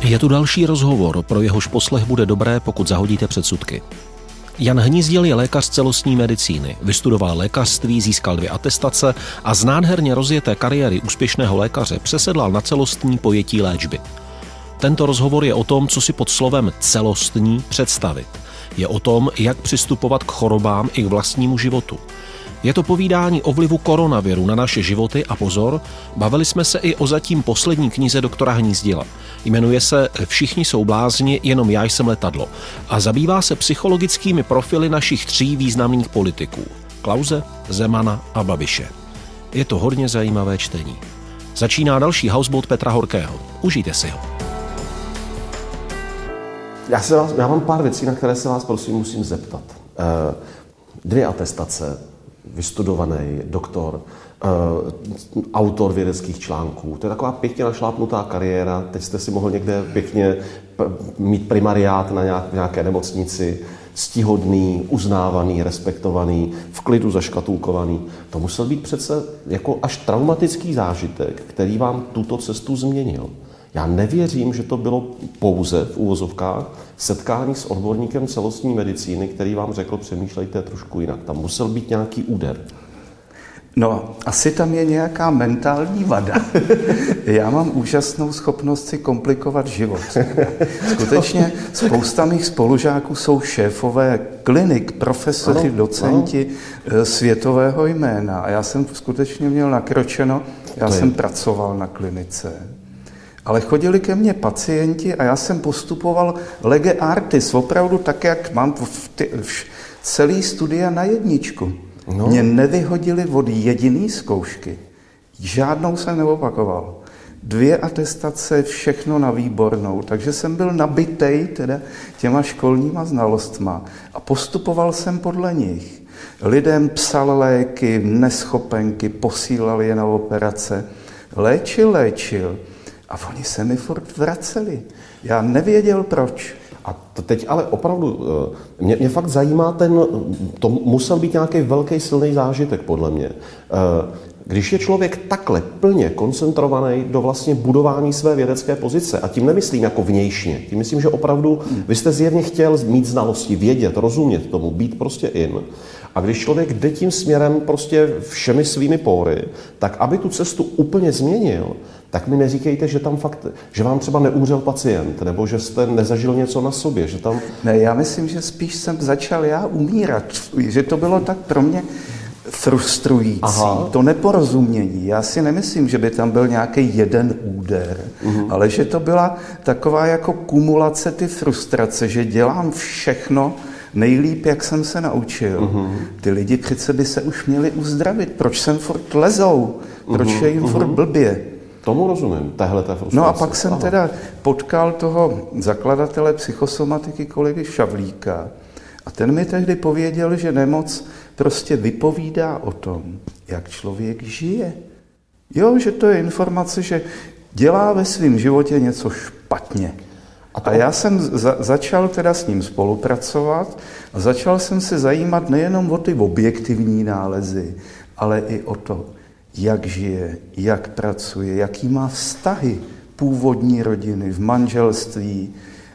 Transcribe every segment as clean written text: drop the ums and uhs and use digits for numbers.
Je tu další rozhovor, pro jehož poslech bude dobré, pokud zahodíte předsudky. Jan Hnízděl je lékař celostní medicíny, vystudoval lékařství, získal 2 atestace a z nádherně rozjeté kariéry úspěšného lékaře přesedlal na celostní pojetí léčby. Tento rozhovor je o tom, co si pod slovem celostní představit. Je o tom, jak přistupovat k chorobám i k vlastnímu životu. Je to povídání o vlivu koronaviru na naše životy a pozor, bavili jsme se i o zatím poslední knize doktora Hnízděla. Jmenuje se Všichni jsou blázni, jenom já jsem letadlo a zabývá se psychologickými profily našich 3 významných politiků. Klause, Zemana a Babiše. Je to hodně zajímavé čtení. Začíná další Houseboat Petra Horkého. Užijte si ho. Já mám pár věcí, na které se vás prosím musím zeptat. 2 atestace, vystudovaný doktor, autor vědeckých článků. To je taková pěkně našlápnutá kariéra. Teď jste si mohl někde pěkně mít primariát na nějaké nemocnici, ctihodný, uznávaný, respektovaný, v klidu zaškatulkovaný. To musel být přece jako až traumatický zážitek, který vám tuto cestu změnil. Já nevěřím, že to bylo pouze v uvozovkách setkání s odborníkem celostní medicíny, který vám řekl, přemýšlejte trošku jinak. Tam musel být nějaký úder. No, asi tam je nějaká mentální vada. Já mám úžasnou schopnost si komplikovat život. Skutečně spousta mých spolužáků jsou šéfové klinik, profesoři, docenti světového jména. A já jsem skutečně měl nakročeno, já jsem pracoval na klinice. Ale chodili ke mně pacienti a já jsem postupoval lege artis, opravdu tak, jak mám celý studia na 1. No. Mě nevyhodili od jediné zkoušky. Žádnou jsem neopakoval. 2 atestace, všechno na výbornou. Takže jsem byl nabitej teda těma školníma znalostma a postupoval jsem podle nich. Lidem psal léky, neschopenky, posílal je na operace. Léčil. A oni se mi furt vraceli. Já nevěděl proč. A teď ale opravdu, mě fakt zajímá to musel být nějaký velký silný zážitek podle mě. Když je člověk takhle plně koncentrovaný do vlastně budování své vědecké pozice, a tím nemyslím jako vnějšně, tím myslím, že opravdu vy jste zjevně chtěl mít znalosti, vědět, rozumět tomu, být prostě in. A když člověk jde tím směrem prostě všemi svými póry, tak aby tu cestu úplně změnil, tak mi neříkejte, že tam fakt, že vám třeba neumřel pacient, nebo že jste nezažil něco na sobě, že tam... Ne, já myslím, že spíš jsem začal já umírat, že to bylo tak pro mě frustrující. Aha. To neporozumění. Já si nemyslím, že by tam byl nějaký jeden úder, ale že to byla taková jako kumulace ty frustrace, že dělám všechno nejlíp, jak jsem se naučil. Ty lidi přece by se už měli uzdravit. Proč sem furt lezou? Proč je jim furt blbě? Tomu rozumím, téhleté frustrace. No a pak jsem teda potkal toho zakladatele psychosomatiky kolegy Šavlíka a ten mi tehdy pověděl, že nemoc prostě vypovídá o tom, jak člověk žije. Jo, že to je informace, že dělá ve svém životě něco špatně. A já jsem začal teda s ním spolupracovat a začal jsem se zajímat nejenom o ty objektivní nálezy, ale i o to, jak žije, jak pracuje, jaký má vztahy původní rodiny, v manželství.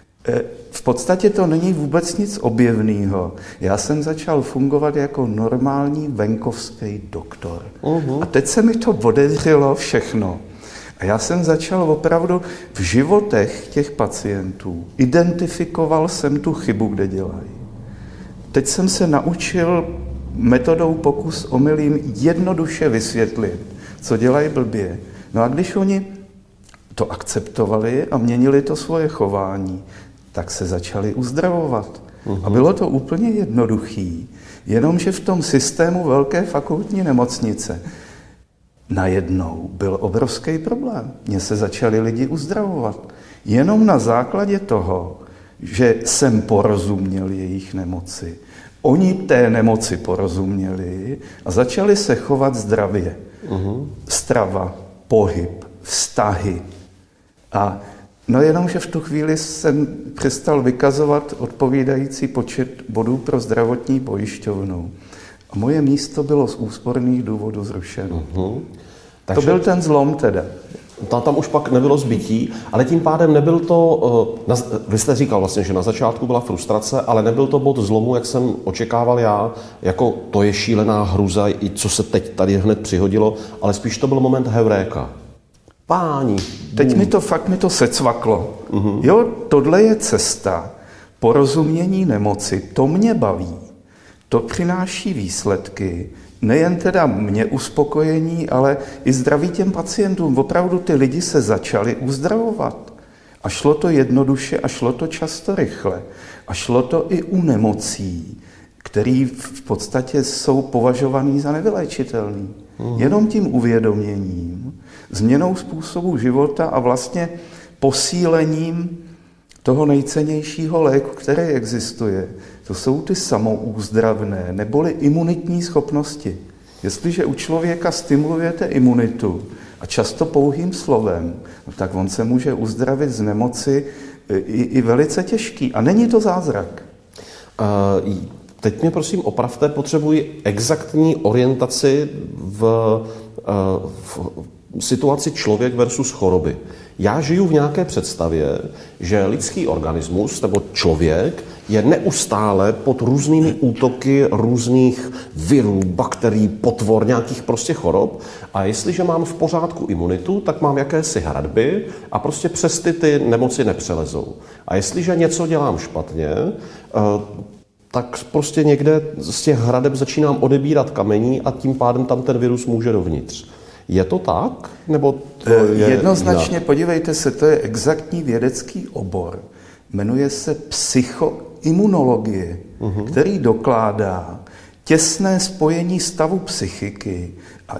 V podstatě to není vůbec nic objevného. Já jsem začal fungovat jako normální venkovský doktor. A teď se mi to odevřelo všechno. A já jsem začal opravdu v životech těch pacientů. Identifikoval jsem tu chybu, kde dělají. Teď jsem se naučil metodou pokus omylím jednoduše vysvětlit, co dělají blbě. No a když oni to akceptovali a měnili to svoje chování, tak se začali uzdravovat. A bylo to úplně jednoduchý. Jenomže v tom systému velké fakultní nemocnice najednou byl obrovský problém. Mně se začali lidi uzdravovat. Jenom na základě toho, že jsem porozuměl jejich nemoci. Oni té nemoci porozuměli a začali se chovat zdravě. Strava, pohyb, vztahy. A no jenom, že v tu chvíli jsem přestal vykazovat odpovídající počet bodů pro zdravotní pojišťovnu. A moje místo bylo z úsporných důvodů zrušeno. Takže to byl ten zlom teda. Tam už pak nebylo zbytí, ale tím pádem nebyl to, vy jste říkal vlastně, že na začátku byla frustrace, ale nebyl to bod zlomu, jak jsem očekával já, jako to je šílená hruza, i co se teď tady hned přihodilo, ale spíš to byl moment heuréka. Páni. Teď mi to secvaklo. Jo, tohle je cesta porozumění nemoci, to mě baví, to přináší výsledky, nejen teda mě uspokojení, ale i zdraví těm pacientům. Opravdu ty lidi se začali uzdravovat. A šlo to jednoduše a šlo to často rychle. A šlo to i u nemocí, které v podstatě jsou považované za nevyléčitelné. Jenom tím uvědoměním, změnou způsobu života a vlastně posílením toho nejcennějšího léku, který existuje. To jsou ty samoúzdravné neboli imunitní schopnosti. Jestliže u člověka stimulujete imunitu a často pouhým slovem, no tak on se může uzdravit z nemoci i velice těžký. A není to zázrak. Teď mě prosím opravte, potřebuji exaktní orientaci v situaci člověk versus choroby. Já žiju v nějaké představě, že lidský organismus nebo člověk je neustále pod různými útoky různých virů, bakterií, potvor, nějakých prostě chorob. A jestliže mám v pořádku imunitu, tak mám jakési hradby a prostě přes ty nemoci nepřelezou. A jestliže něco dělám špatně, tak prostě někde z těch hradeb začínám odebírat kamení a tím pádem tam ten virus může dovnitř. Je to tak? Nebo to je jednoznačně, jinak? Podívejte se, to je exaktní vědecký obor. Jmenuje se psychoimunologie, který dokládá těsné spojení stavu psychiky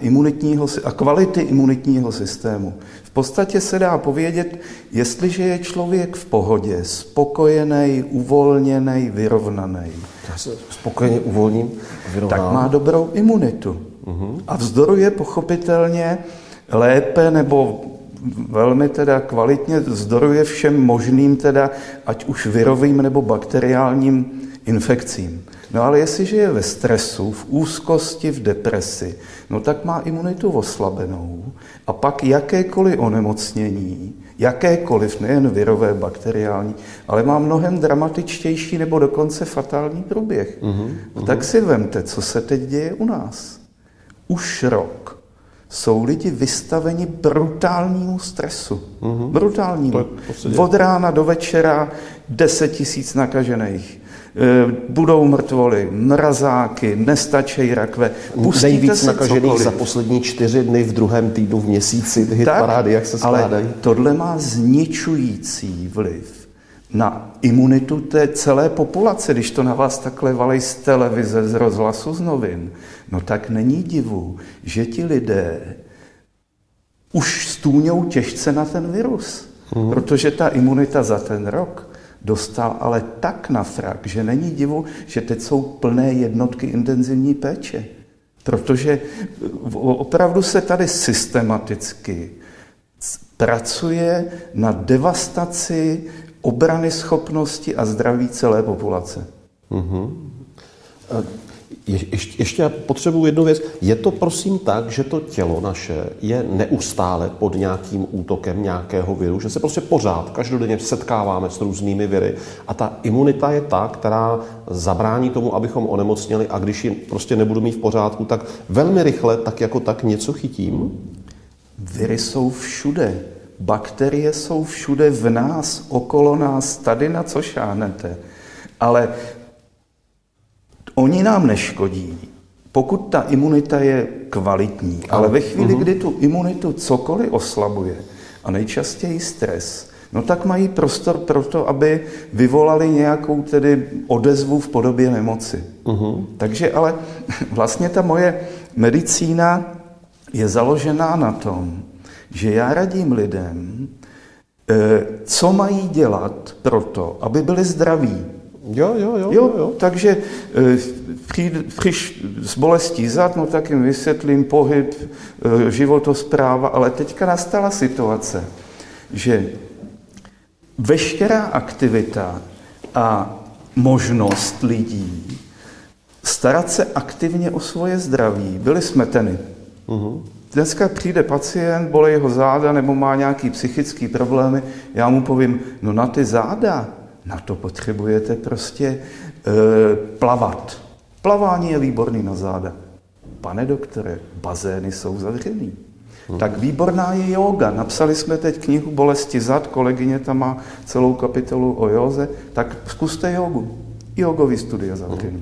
a kvality imunitního systému. V podstatě se dá povědět, jestliže je člověk v pohodě, spokojený, uvolněný, vyrovnaný. Já se spokojeně uvolním, vyrovnám. Tak má dobrou imunitu. A vzdoruje pochopitelně lépe nebo velmi teda kvalitně vzdoruje všem možným teda, ať už virovým nebo bakteriálním infekcím. No ale jestliže je ve stresu, v úzkosti, v depresi, no tak má imunitu oslabenou a pak jakékoliv onemocnění, jakékoliv, nejen virové, bakteriální, ale má mnohem dramatičtější nebo dokonce fatální průběh. No tak si vemte, co se teď děje u nás. Už rok jsou lidi vystaveni brutálnímu stresu. Brutálnímu. Od rána do večera 10 000 nakažených. Budou mrtvoly, mrazáky, nestačí rakve. Nejvíc nakažených za poslední 4 dny v druhém týdnu v měsíci, hitparády, jak se skládají. Ale tohle má zničující vliv na imunitu té celé populace, když to na vás takhle valej z televize, z rozhlasu, z novin. No tak není divu, že ti lidé už stůňou těžce na ten virus, protože ta imunita za ten rok dostal ale tak na frak, že není divu, že teď jsou plné jednotky intenzivní péče. Protože opravdu se tady systematicky pracuje na devastaci obrany schopnosti a zdraví celé populace. Ještě potřebuji jednu věc. Je to prosím tak, že to tělo naše je neustále pod nějakým útokem nějakého viru, že se prostě pořád, každodenně setkáváme s různými viry a ta imunita je ta, která zabrání tomu, abychom onemocněli a když ji prostě nebudu mít v pořádku, tak velmi rychle tak jako tak něco chytím? Viry jsou všude. Bakterie jsou všude v nás, okolo nás, tady na co šáhnete. Ale oni nám neškodí, pokud ta imunita je kvalitní. Ale ve chvíli, kdy tu imunitu cokoliv oslabuje, a nejčastěji stres, no tak mají prostor pro to, aby vyvolali nějakou tedy odezvu v podobě nemoci. Takže ale vlastně ta moje medicína je založená na tom, že já radím lidem, co mají dělat pro to, aby byli zdraví. Jo. Takže přiš s bolestí zad, no tak jim vysvětlím pohyb, životospráva, ale teďka nastala situace, že veškerá aktivita a možnost lidí starat se aktivně o svoje zdraví byly smeteny. Dneska přijde pacient, bolí jeho záda nebo má nějaký psychický problémy, já mu povím, no na ty záda, na to potřebujete prostě plavat. Plavání je výborný na záda. Pane doktore, bazény jsou zavřený. Tak výborná je jóga. Napsali jsme teď knihu Bolesti zad, kolegyně tam má celou kapitolu o józe, tak zkuste jógu. Jógový studia zavřený.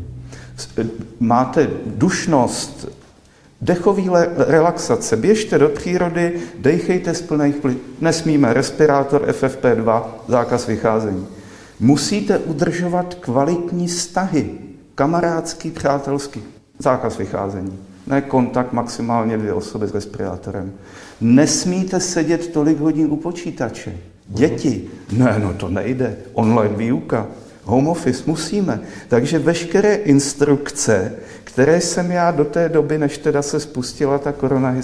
Máte dušnost, dechový relaxace, běžte do přírody, dejchejte z plných plyn. Nesmíme, respirátor FFP2, zákaz vycházení. Musíte udržovat kvalitní vztahy, kamarádský, přátelský, zákaz vycházení. Ne kontakt, maximálně 2 osoby s respirátorem. Nesmíte sedět tolik hodin u počítače. Děti, ne, no to nejde. Online výuka, home office, musíme. Takže veškeré instrukce, které jsem já do té doby, než teda se spustila ta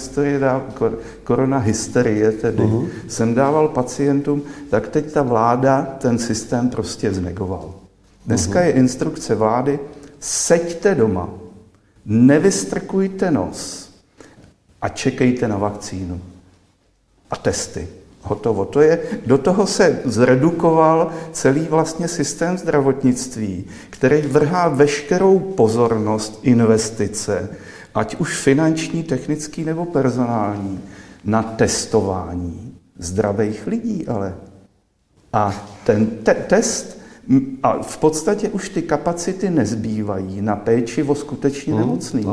koronahysterie tedy, jsem dával pacientům, tak teď ta vláda ten systém prostě znegoval. Dneska je instrukce vlády, seďte doma, nevystrkujte nos a čekejte na vakcínu a testy. Hotovo. Do toho se zredukoval celý vlastně systém zdravotnictví, který vrhá veškerou pozornost, investice, ať už finanční, technický nebo personální, na testování zdravých lidí ale. A ten test, a v podstatě už ty kapacity nezbývají na péči o skutečně nemocný.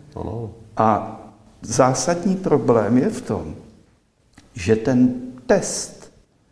A zásadní problém je v tom, že ten test,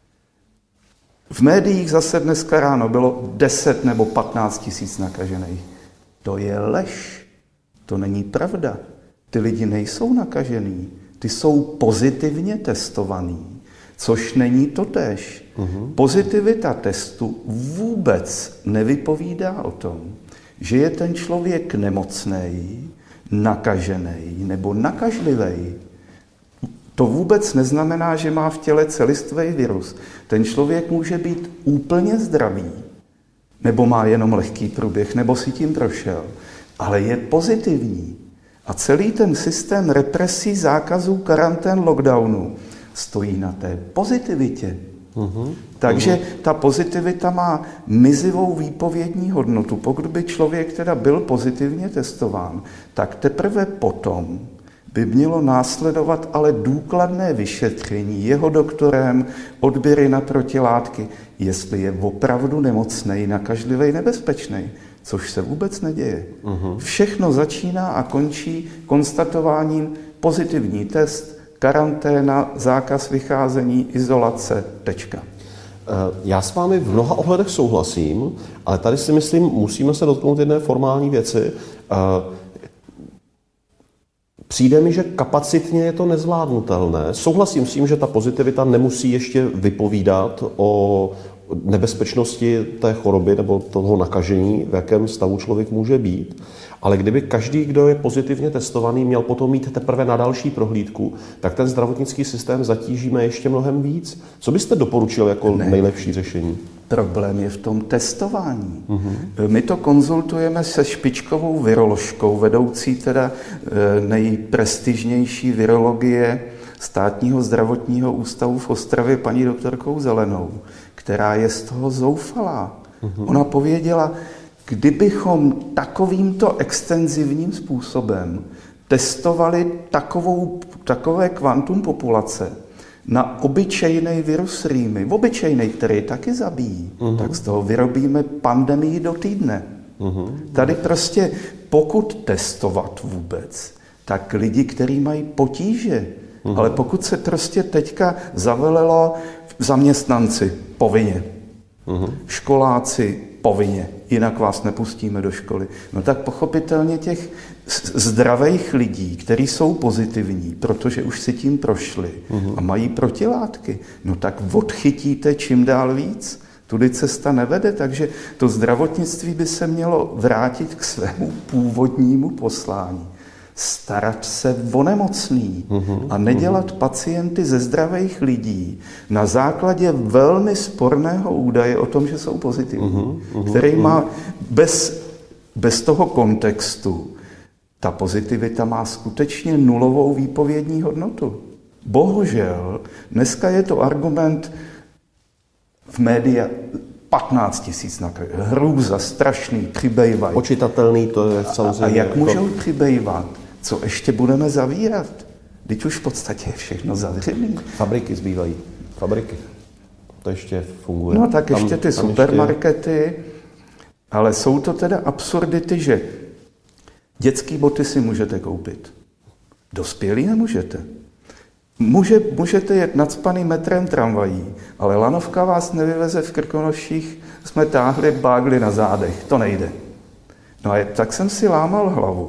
v médiích zase dneska ráno bylo 10 nebo 15 tisíc nakažených. To je lež. To není pravda. Ty lidi nejsou nakažený. Ty jsou pozitivně testovaný, což není totéž. Pozitivita testu vůbec nevypovídá o tom, že je ten člověk nemocnej, nakažený nebo nakažlivý. To vůbec neznamená, že má v těle celistvý virus. Ten člověk může být úplně zdravý, nebo má jenom lehký průběh, nebo si tím prošel, ale je pozitivní. A celý ten systém represí, zákazů, karantén, lockdownu stojí na té pozitivitě. Takže ta pozitivita má mizivou výpovědní hodnotu. Pokud by člověk teda byl pozitivně testován, tak teprve potom by mělo následovat ale důkladné vyšetření jeho doktorem, odběry na protilátky, jestli je opravdu nemocnej, nakažlivý, nebezpečný, což se vůbec neděje. Všechno začíná a končí konstatováním pozitivní test, karanténa, zákaz vycházení, izolace, tečka. Já s vámi v mnoha ohledech souhlasím, ale tady si myslím, musíme se dotknout jedné formální věci. Přijde mi, že kapacitně je to nezvládnutelné. Souhlasím s tím, že ta pozitivita nemusí ještě vypovídat o nebezpečnosti té choroby nebo toho nakažení, v jakém stavu člověk může být. Ale kdyby každý, kdo je pozitivně testovaný, měl potom mít teprve na další prohlídku, tak ten zdravotnický systém zatížíme ještě mnohem víc. Co byste doporučil jako nejlepší řešení? Problém je v tom testování. My to konzultujeme se špičkovou viroložkou, vedoucí teda nejprestižnější virologie Státního zdravotního ústavu v Ostravě, paní doktorkou Zelenou, která je z toho zoufalá. Ona pověděla, kdybychom takovýmto extenzivním způsobem testovali takové kvantum populace na obyčejný virus rýmy, obyčejný, který taky zabíjí, tak z toho vyrobíme pandemii do týdne. Tady prostě, pokud testovat vůbec, tak lidi, kteří mají potíže, ale pokud se prostě teďka zavelelo zaměstnanci povinně, školáci povinně, jinak vás nepustíme do školy. No tak pochopitelně těch zdravých lidí, kteří jsou pozitivní, protože už si tím prošli a mají protilátky, no tak odchytíte čím dál víc. Tudy cesta nevede, takže to zdravotnictví by se mělo vrátit k svému původnímu poslání. Starat se o nemocný a nedělat pacienty ze zdravých lidí na základě velmi sporného údaje o tom, že jsou pozitivní, který má bez toho kontextu Ta pozitivita má skutečně nulovou výpovědní hodnotu. Bohužel, dneska je to argument v médiích 15 000 nakryt. Hrůza, strašný, přibývají. Počitatelný, to je samozřejmě... A jak můžou přibývat? Co ještě budeme zavírat? Teď už v podstatě je všechno zavřený. Fabriky zbývají. Fabriky. To ještě funguje. No tak ještě ty supermarkety, ale jsou to teda absurdity, že dětský boty si můžete koupit. Dospělí nemůžete. Můžete jet nacpaným metrem tramvají, ale lanovka vás nevyveze v Krkonoších, jsme táhli bágly na zádech. To nejde. No a tak jsem si lámal hlavu.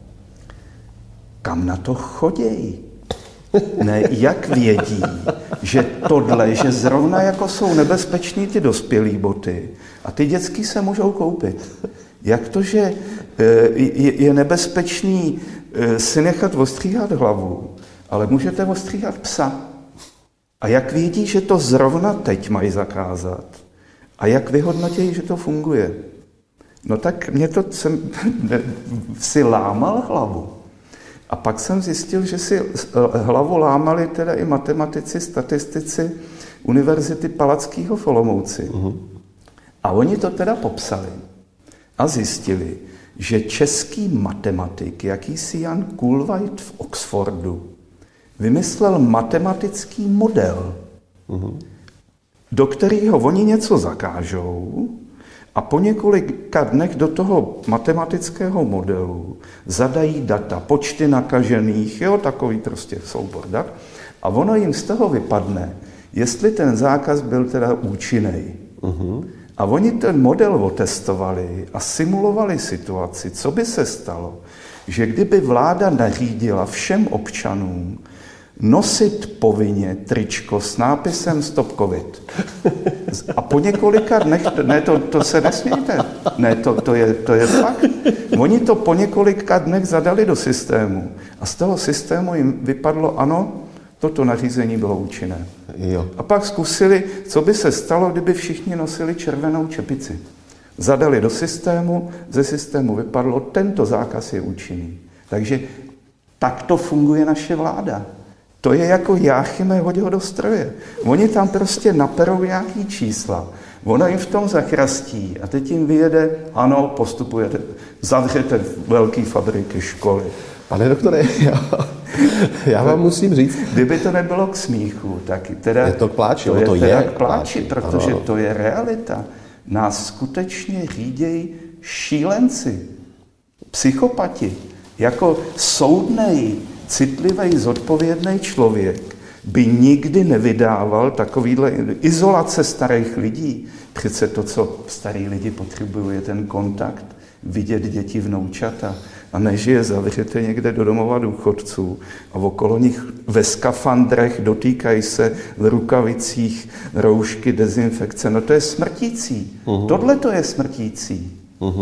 Kam na to chodějí? Ne, jak vědí, že tohle, že zrovna jako jsou nebezpeční ty dospělý boty a ty dětský se můžou koupit. Jak to, že je nebezpečný si nechat ostříhat hlavu, ale můžete ostříhat psa. A jak vědí, že to zrovna teď mají zakázat? A jak vyhodnotějí, že to funguje? No tak jsem si lámal hlavu. A pak jsem zjistil, že si hlavu lámali teda i matematici, statistici Univerzity Palackého v Olomouci. A oni to teda popsali a zjistili, že český matematik, jakýsi Jan Kuhlweid v Oxfordu, vymyslel matematický model, do kterého oni něco zakážou a po několika dnech do toho matematického modelu zadají data, počty nakažených, takový prostě soubor dat, a ono jim z toho vypadne, jestli ten zákaz byl teda účinný. A oni ten model otestovali a simulovali situaci, co by se stalo, že kdyby vláda nařídila všem občanům nosit povinně tričko s nápisem Stop COVID. A po několika dnech, ne, to se nesmějte, ne, to je fakt. Oni to po několika dnech zadali do systému a z toho systému jim vypadlo, ano, toto nařízení bylo účinné. Jo. A pak zkusili, co by se stalo, kdyby všichni nosili červenou čepici. Zadali do systému, ze systému vypadlo, tento zákaz je účinný. Takže takto funguje naše vláda. To je jako Jáchyme, hoď ho do stroje. Oni tam prostě naperou nějaký čísla, ono jim v tom zachrastí a teď jim vyjede, ano, postupujete, zavřete velké fabriky, školy. Pane doktore, já vám musím říct... Kdyby to nebylo k smíchu, tak teda... Je to k pláči, to je k pláči, protože ano. To je realita. Nás skutečně řídějí šílenci, psychopati. Jako soudnej, citlivý, zodpovědný člověk by nikdy nevydával takovýhle izolace starých lidí. Přece to, co starý lidi potřebují, je ten kontakt, vidět děti, vnoučata. A než je zavřete někde do domova důchodců a okolo nich ve skafandrech dotýkají se v rukavicích, roušky, dezinfekce. No to je smrtící. Tohle to je smrtící.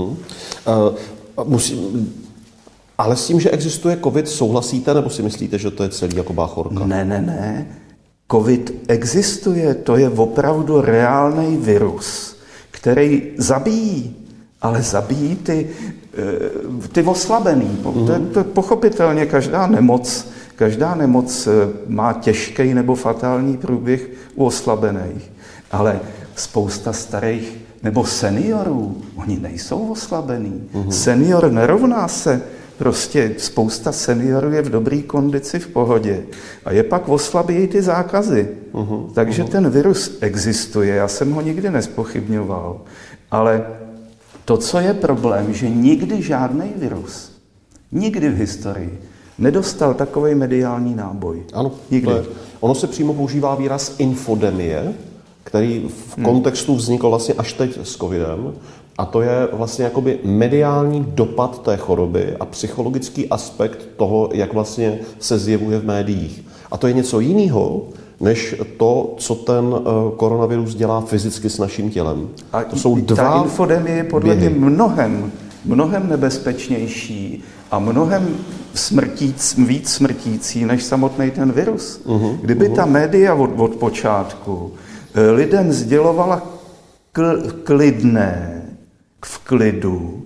Ale s tím, že existuje COVID, souhlasíte, nebo si myslíte, že to je celý jako báchorka? Ne. COVID existuje, to je opravdu reálný virus, který zabíjí, ale zabíjí ty oslabený. To pochopitelně každá nemoc má těžký nebo fatální průběh u oslabených, ale spousta starých nebo seniorů, oni nejsou oslabení. Senior nerovná se, prostě spousta seniorů je v dobré kondici, v pohodě. A je pak oslabějí ty zákazy. Takže ten virus existuje, já jsem ho nikdy nezpochybňoval. Ale to, co je problém, že nikdy žádný virus, nikdy v historii, nedostal takovej mediální náboj. Ano, nikdy. Ono se přímo používá výraz infodemie, který v kontextu vznikl vlastně až teď s covidem. A to je vlastně jakoby mediální dopad té choroby a psychologický aspekt toho, jak vlastně se zjevuje v médiích. A to je něco jiného, než to, co ten koronavirus dělá fyzicky s naším tělem. A to jsou ta infodemie je podle mě mnohem nebezpečnější a mnohem víc smrtící než samotný ten virus. Kdyby ta média od počátku lidem sdělovala klidné, v klidu,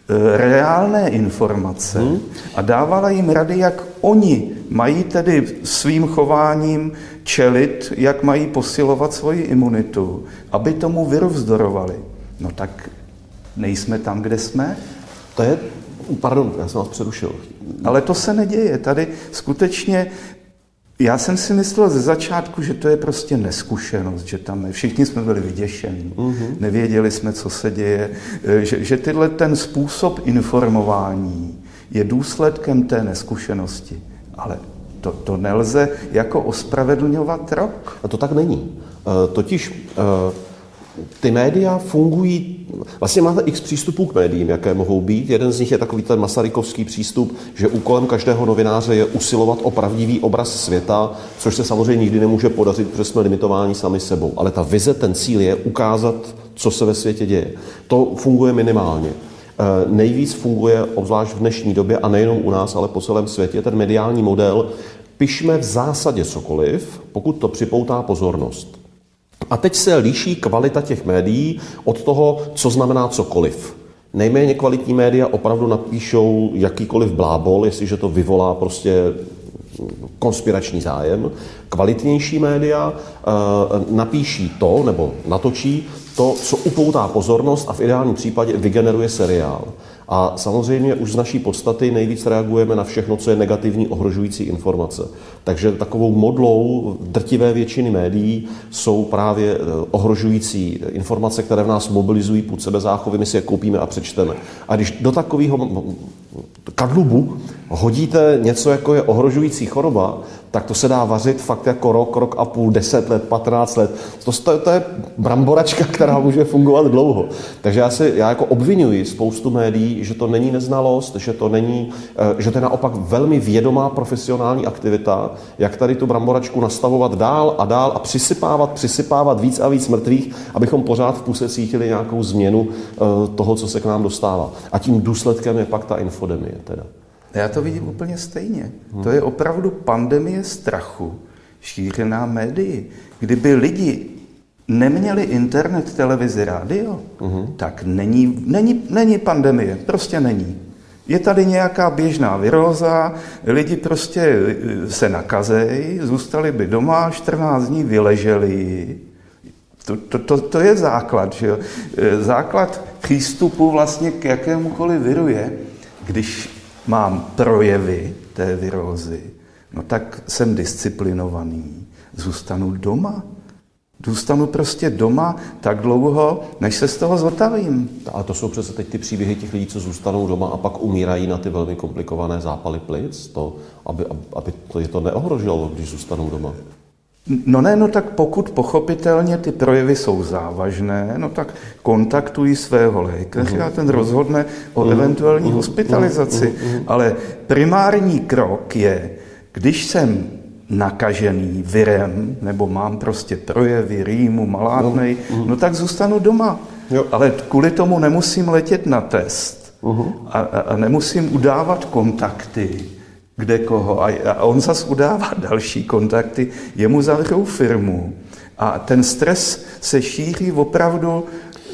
reálné informace a dávala jim rady, jak oni mají tedy svým chováním čelit, jak mají posilovat svoji imunitu, aby tomu viru vzdorovali. No tak nejsme tam, kde jsme? To je, pardon, já jsem vás přerušil. Ale to se neděje. Tady skutečně, já jsem si myslel ze začátku, že to je prostě neskušenost, že tam všichni jsme byli vyděšení, nevěděli jsme, co se děje, že ten způsob informování je důsledkem té neskušenosti. Ale to nelze jako ospravedlňovat rok. A to tak není. Totiž ty média fungují, vlastně máte x přístupů k médiím, jaké mohou být. Jeden z nich je takový ten masarykovský přístup, že úkolem každého novináře je usilovat o pravdivý obraz světa, což se samozřejmě nikdy nemůže podařit, protože jsme limitováni sami sebou. Ale ta vize, ten cíl je ukázat, co se ve světě děje. To funguje minimálně. Nejvíc funguje, obzvlášť v dnešní době, a nejenom u nás, ale po celém světě, ten mediální model. Pišme v zásadě cokoliv, pokud to připoutá pozornost. A teď se liší kvalita těch médií od toho, co znamená cokoliv. Nejméně kvalitní média opravdu napíšou jakýkoliv blábol, jestliže to vyvolá prostě konspirační zájem. Kvalitnější média napíší to, nebo natočí to, co upoutá pozornost a v ideálním případě vygeneruje seriál. A samozřejmě už z naší podstaty nejvíc reagujeme na všechno, co je negativní, ohrožující informace. Takže takovou modlou drtivé většiny médií jsou právě ohrožující informace, které v nás mobilizují půd sebezáchovy, my si je koupíme a přečteme. A když do takového kadlubu hodíte něco, jako je ohrožující choroba, tak to se dá vařit fakt jako rok a půl, 10 let, 15 let. To je bramboračka, která může fungovat dlouho. Takže já jako obvinuji spoustu médií, že to není neznalost, že to je naopak velmi vědomá profesionální aktivita, jak tady tu bramboračku nastavovat dál a přisypávat víc a víc mrtvých, abychom pořád v puse cítili nějakou změnu toho, co se k nám dostává. A tím důsledkem je pak ta infodemie teda. Já to vidím úplně stejně. To je opravdu pandemie strachu, šířená médii. Kdyby lidi neměli internet, televizi, rádio, tak není pandemie. Prostě není. Je tady nějaká běžná viróza, lidi prostě se nakazejí, zůstali by doma, 14 dní vyleželi. To je základ, že jo? Základ přístupu vlastně k jakémukoliv viru je, když mám projevy té virózy, no tak jsem disciplinovaný, zůstanu doma. Zůstanu prostě doma tak dlouho, než se z toho zotavím. A to jsou přece teď ty příběhy těch lidí, co zůstanou doma a pak umírají na ty velmi komplikované zápaly plic, aby to je to neohrožilo, když zůstanou doma. No tak pokud pochopitelně ty projevy jsou závažné, no tak kontaktují svého lékaře a ten rozhodne o eventuální hospitalizaci. Ale primární krok je, když jsem nakažený virem, nebo mám prostě projevy, rýmu, malátnej, no tak zůstanu doma. Jo. Ale kvůli tomu nemusím letět na test a nemusím udávat kontakty, kde koho. A on zas udává další kontakty, jemu zavřou firmu. A ten stres se šíří opravdu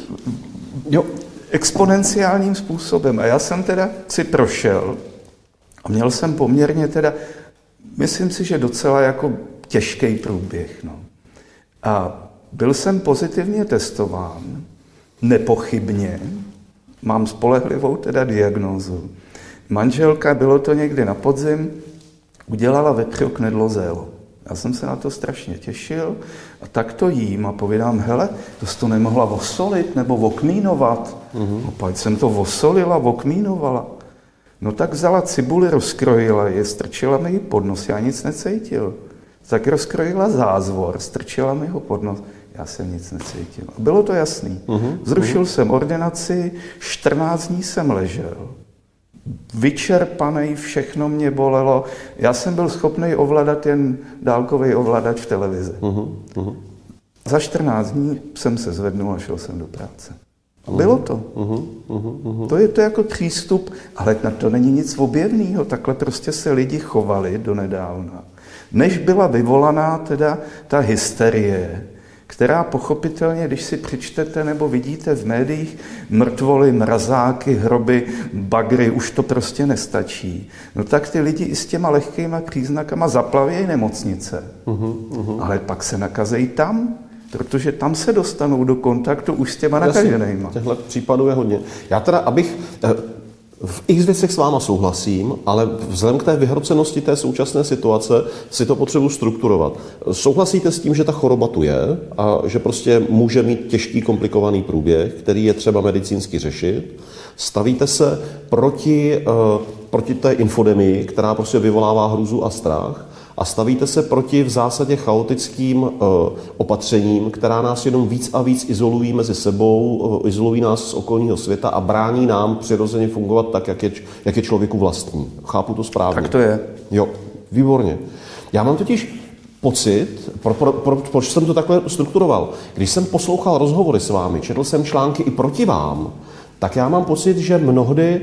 exponenciálním způsobem. A já jsem teda si prošel a měl jsem poměrně teda, myslím si, že docela jako těžký průběh. No. A byl jsem pozitivně testován, nepochybně, mám spolehlivou teda diagnózu. Manželka, bylo to někdy na podzim, udělala vepřo knedlozélo. Já jsem se na to strašně těšil a tak to jím a povídám, hele, to jsi to nemohla osolit nebo okmínovat. No pak jsem to osolila, okmínovala. No tak vzala cibuli, rozkrojila je, strčila mi ji pod nos, já nic necítil. Tak rozkrojila zázvor, strčila mi ho pod nos, já jsem nic necítil. A bylo to jasný. Zrušil jsem ordinaci, 14 dní jsem ležel. Vyčerpaný, všechno mě bolelo. Já jsem byl schopný ovládat jen dálkový ovladač v televizi. Za 14 dní jsem se zvednul a šel jsem do práce. A bylo to. To je to jako přístup, ale na to není nic objevného. Takhle prostě se lidi chovali donedávna. Než byla vyvolaná teda ta hysterie, která pochopitelně, když si přečtete nebo vidíte v médiích mrtvoly, mrazáky, hroby, bagry, už to prostě nestačí. No tak ty lidi i s těma lehkýma příznakama zaplavějí nemocnice. Ale pak se nakazejí tam, protože tam se dostanou do kontaktu už s těma nakaženýma. Těchto případů je hodně. Já teda, abych... V x věcech s váma souhlasím, ale vzhledem k té vyhrocenosti té současné situace si to potřebuji strukturovat. Souhlasíte s tím, že ta choroba tu je a že prostě může mít těžký, komplikovaný průběh, který je třeba medicínsky řešit? Stavíte se proti té infodemii, která prostě vyvolává hrůzu a strach? A stavíte se proti v zásadě chaotickým opatřením, která nás jenom víc a víc izolují mezi sebou, izolují nás z okolního světa a brání nám přirozeně fungovat tak, jak je člověku vlastní. Chápu to správně? Tak to je. Jo, výborně. Já mám totiž pocit, proč jsem to takhle strukturoval. Když jsem poslouchal rozhovory s vámi, četl jsem články i proti vám, tak já mám pocit, že mnohdy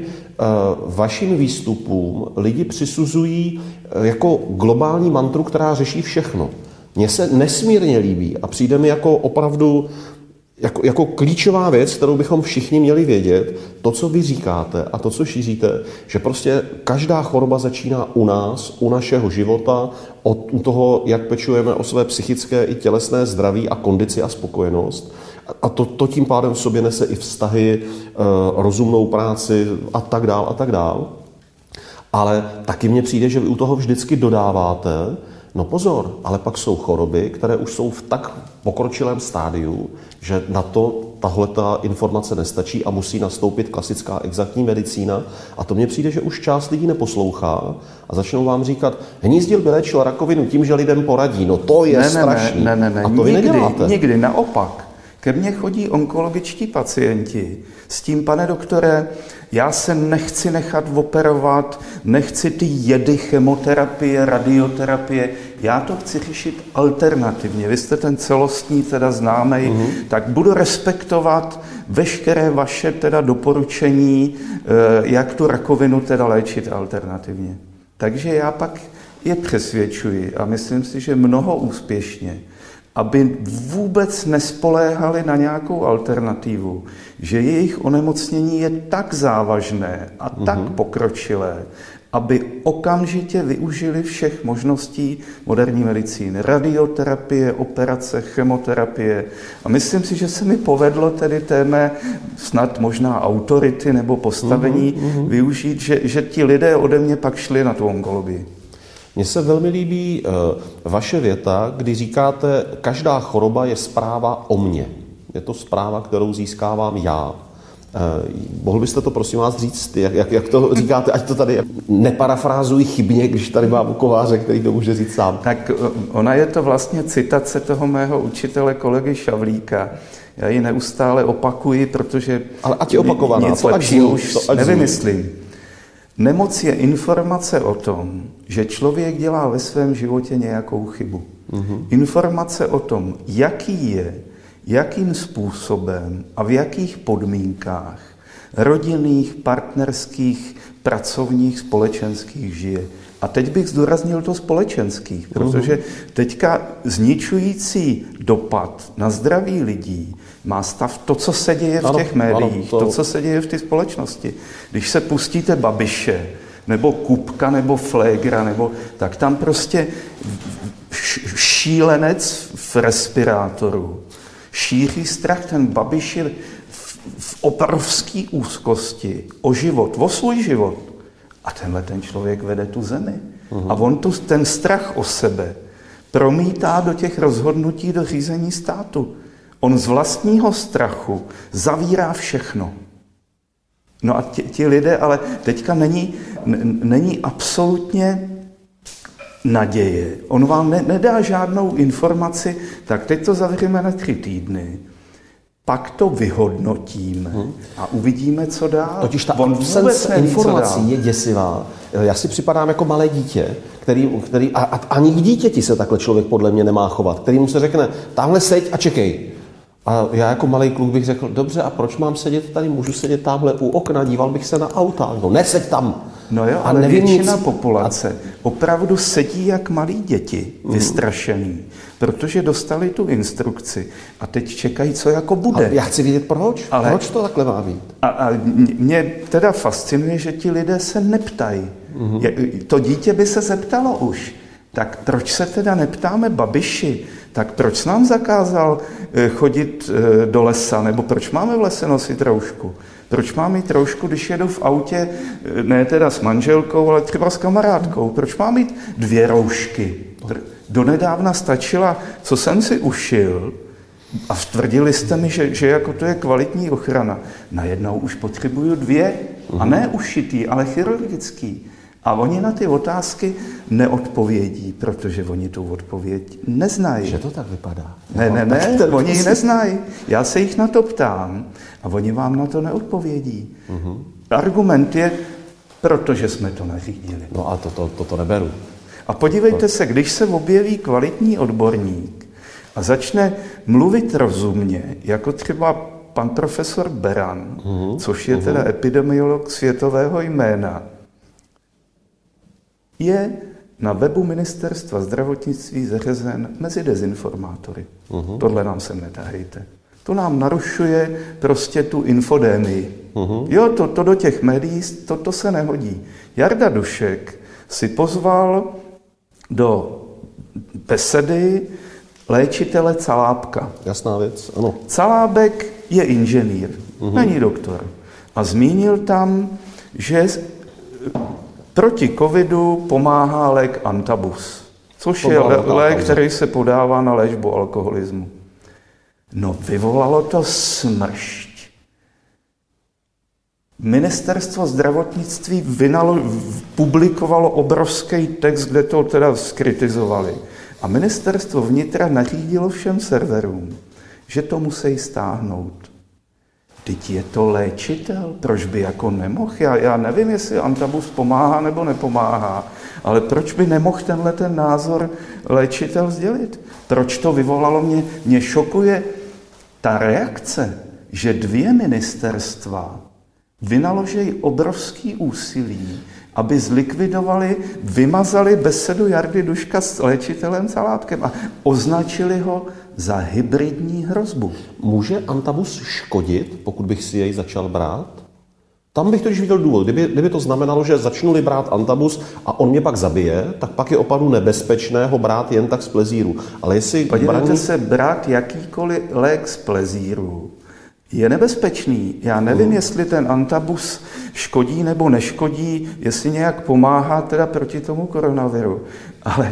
vašim výstupům lidi přisuzují jako globální mantru, která řeší všechno. Mně se nesmírně líbí a přijde mi jako opravdu jako klíčová věc, kterou bychom všichni měli vědět, to, co vy říkáte a to, co šíříte, že prostě každá choroba začíná u nás, u našeho života, u toho, jak pečujeme o své psychické i tělesné zdraví a kondici a spokojenost. A to tím pádem v sobě nese i vztahy, rozumnou práci a tak dál a tak dál. Ale taky mně přijde, že vy u toho vždycky dodáváte, no pozor, ale pak jsou choroby, které už jsou v tak pokročilém stádiu, že na to tahleta informace nestačí a musí nastoupit klasická exaktní medicína. A to mně přijde, že už část lidí neposlouchá a začnou vám říkat, Hnízdil by léčil rakovinu tím, že lidem poradí. No to je strašný. Ne. A to vy neděláte. Nikdy, naopak. Ke mně chodí onkologičtí pacienti s tím, pane doktore, já se nechci nechat operovat, nechci ty jedy, chemoterapie, radioterapie, já to chci řešit alternativně. Vy jste ten celostní teda známej, tak budu respektovat veškeré vaše teda doporučení, jak tu rakovinu teda léčit alternativně. Takže já pak je přesvědčuji a myslím si, že mnoho úspěšně, aby vůbec nespoléhali na nějakou alternativu, že jejich onemocnění je tak závažné a tak pokročilé, aby okamžitě využili všech možností moderní medicíny. Radioterapie, operace, chemoterapie. A myslím si, že se mi povedlo tedy téme snad možná autority nebo postavení využít, že ti lidé ode mě pak šli na tu onkologii. Mně se velmi líbí vaše věta, kdy říkáte, každá choroba je zpráva o mně. Je to zpráva, kterou získávám já. Mohl byste to prosím vás říct, jak to říkáte, ať to tady neparafrázuji chybně, když tady mám kováře, který to může říct sám. Tak ona je to vlastně citace toho mého učitele kolegy Šavlíka. Já ji neustále opakuji, protože ale ať je opakovaná, nic lepšího už nevymyslím. Nemoc je informace o tom, že člověk dělá ve svém životě nějakou chybu. Informace o tom, jaký je, jakým způsobem a v jakých podmínkách rodinných, partnerských, pracovních, společenských žije. A teď bych zdůraznil to společenských, protože teďka zničující dopad na zdraví lidí má stav to, co se děje v těch médiích, to, co se děje v té společnosti. Když se pustíte Babiše, nebo Kupka, nebo Flégra, tak tam prostě šílenec v respirátoru šíří strach. Ten Babiš je v obrovské úzkosti o život, o svůj život. A ten člověk vede tu zemi. A on ten strach o sebe promítá do těch rozhodnutí do řízení státu. On z vlastního strachu zavírá všechno. No a ti lidé, ale teďka není absolutně naděje. On vám nedá žádnou informaci, tak teď to zavřeme na 3 týdny. Pak to vyhodnotíme a uvidíme, co dál. Totiž ta absence informací je děsivá. Já si připadám jako malé dítě, který a ani k dítěti se takhle člověk podle mě nemá chovat, kterýmu se řekne, tamhle seď a čekej. A já jako malý kluk bych řekl, dobře, a proč mám sedět tady? Můžu sedět tamhle u okna, díval bych se na auta. No neseď tam. No jo, ale většina populace opravdu sedí jak malí děti, vystrašený. protože dostali tu instrukci a teď čekají, co jako bude. A já chci vědět proč. Ale proč to takhle má být? A mě teda fascinuje, že ti lidé se neptají. To dítě by se zeptalo už. Tak proč se teda neptáme Babiši? Tak proč nám zakázal chodit do lesa? Nebo proč máme v lese nosit roušku? Proč mám mít roušku, když jedu v autě, ne teda s manželkou, ale třeba s kamarádkou? Proč mám mít 2 roušky? Donedávna stačila, co jsem si ušil, a tvrdili jste mi, že jako to je kvalitní ochrana. Najednou už potřebuju 2, a ne ušitý, ale chirurgický. A oni na ty otázky neodpovědí, protože oni tu odpověď neznají. Že to tak vypadá? Ne, oni ji neznají. Já se jich na to ptám a oni vám na to neodpovědí. Argument je, protože jsme to nařídili. No a to neberu. A podívejte se, když se objeví kvalitní odborník a začne mluvit rozumně, jako třeba pan profesor Beran, což je teda epidemiolog světového jména, je na webu Ministerstva zdravotnictví zařazen mezi dezinformátory. Tohle nám sem netahejte. To nám narušuje prostě tu infodémii. Jo, to do těch médií, to se nehodí. Jarda Dušek si pozval do besedy léčitele Calábka. Jasná věc, ano. Calábek je inženýr, není doktor. A zmínil tam, že proti covidu pomáhá lék Antabus, což je lék, který se podává na léčbu alkoholismu. No, vyvolalo to smršť. Ministerstvo zdravotnictví publikovalo obrovský text, kde to teda skritizovali. A ministerstvo vnitra nařídilo všem serverům, že to musí stáhnout. Teď je to léčitel, proč by jako nemohl? Já nevím, jestli Antabus pomáhá nebo nepomáhá, ale proč by nemohl ten názor léčitel sdělit? Proč to vyvolalo mě šokuje ta reakce, že 2 ministerstva vynaloží obrovský úsilí, aby zlikvidovali, vymazali besedu Jardy Duška s léčitelem Calábkem a označili ho za hybridní hrozbu. Může Antabus škodit, pokud bych si jej začal brát? Tam bych totiž viděl důvod. Kdyby to znamenalo, že začnu-li brát Antabus a on mě pak zabije, tak pak je opravdu nebezpečné ho brát jen tak z plezíru. Ale jestli podívejte se, brát jakýkoliv lék z plezíru je nebezpečný. Já nevím, jestli ten Antabus škodí nebo neškodí, jestli nějak pomáhá teda proti tomu koronaviru. Ale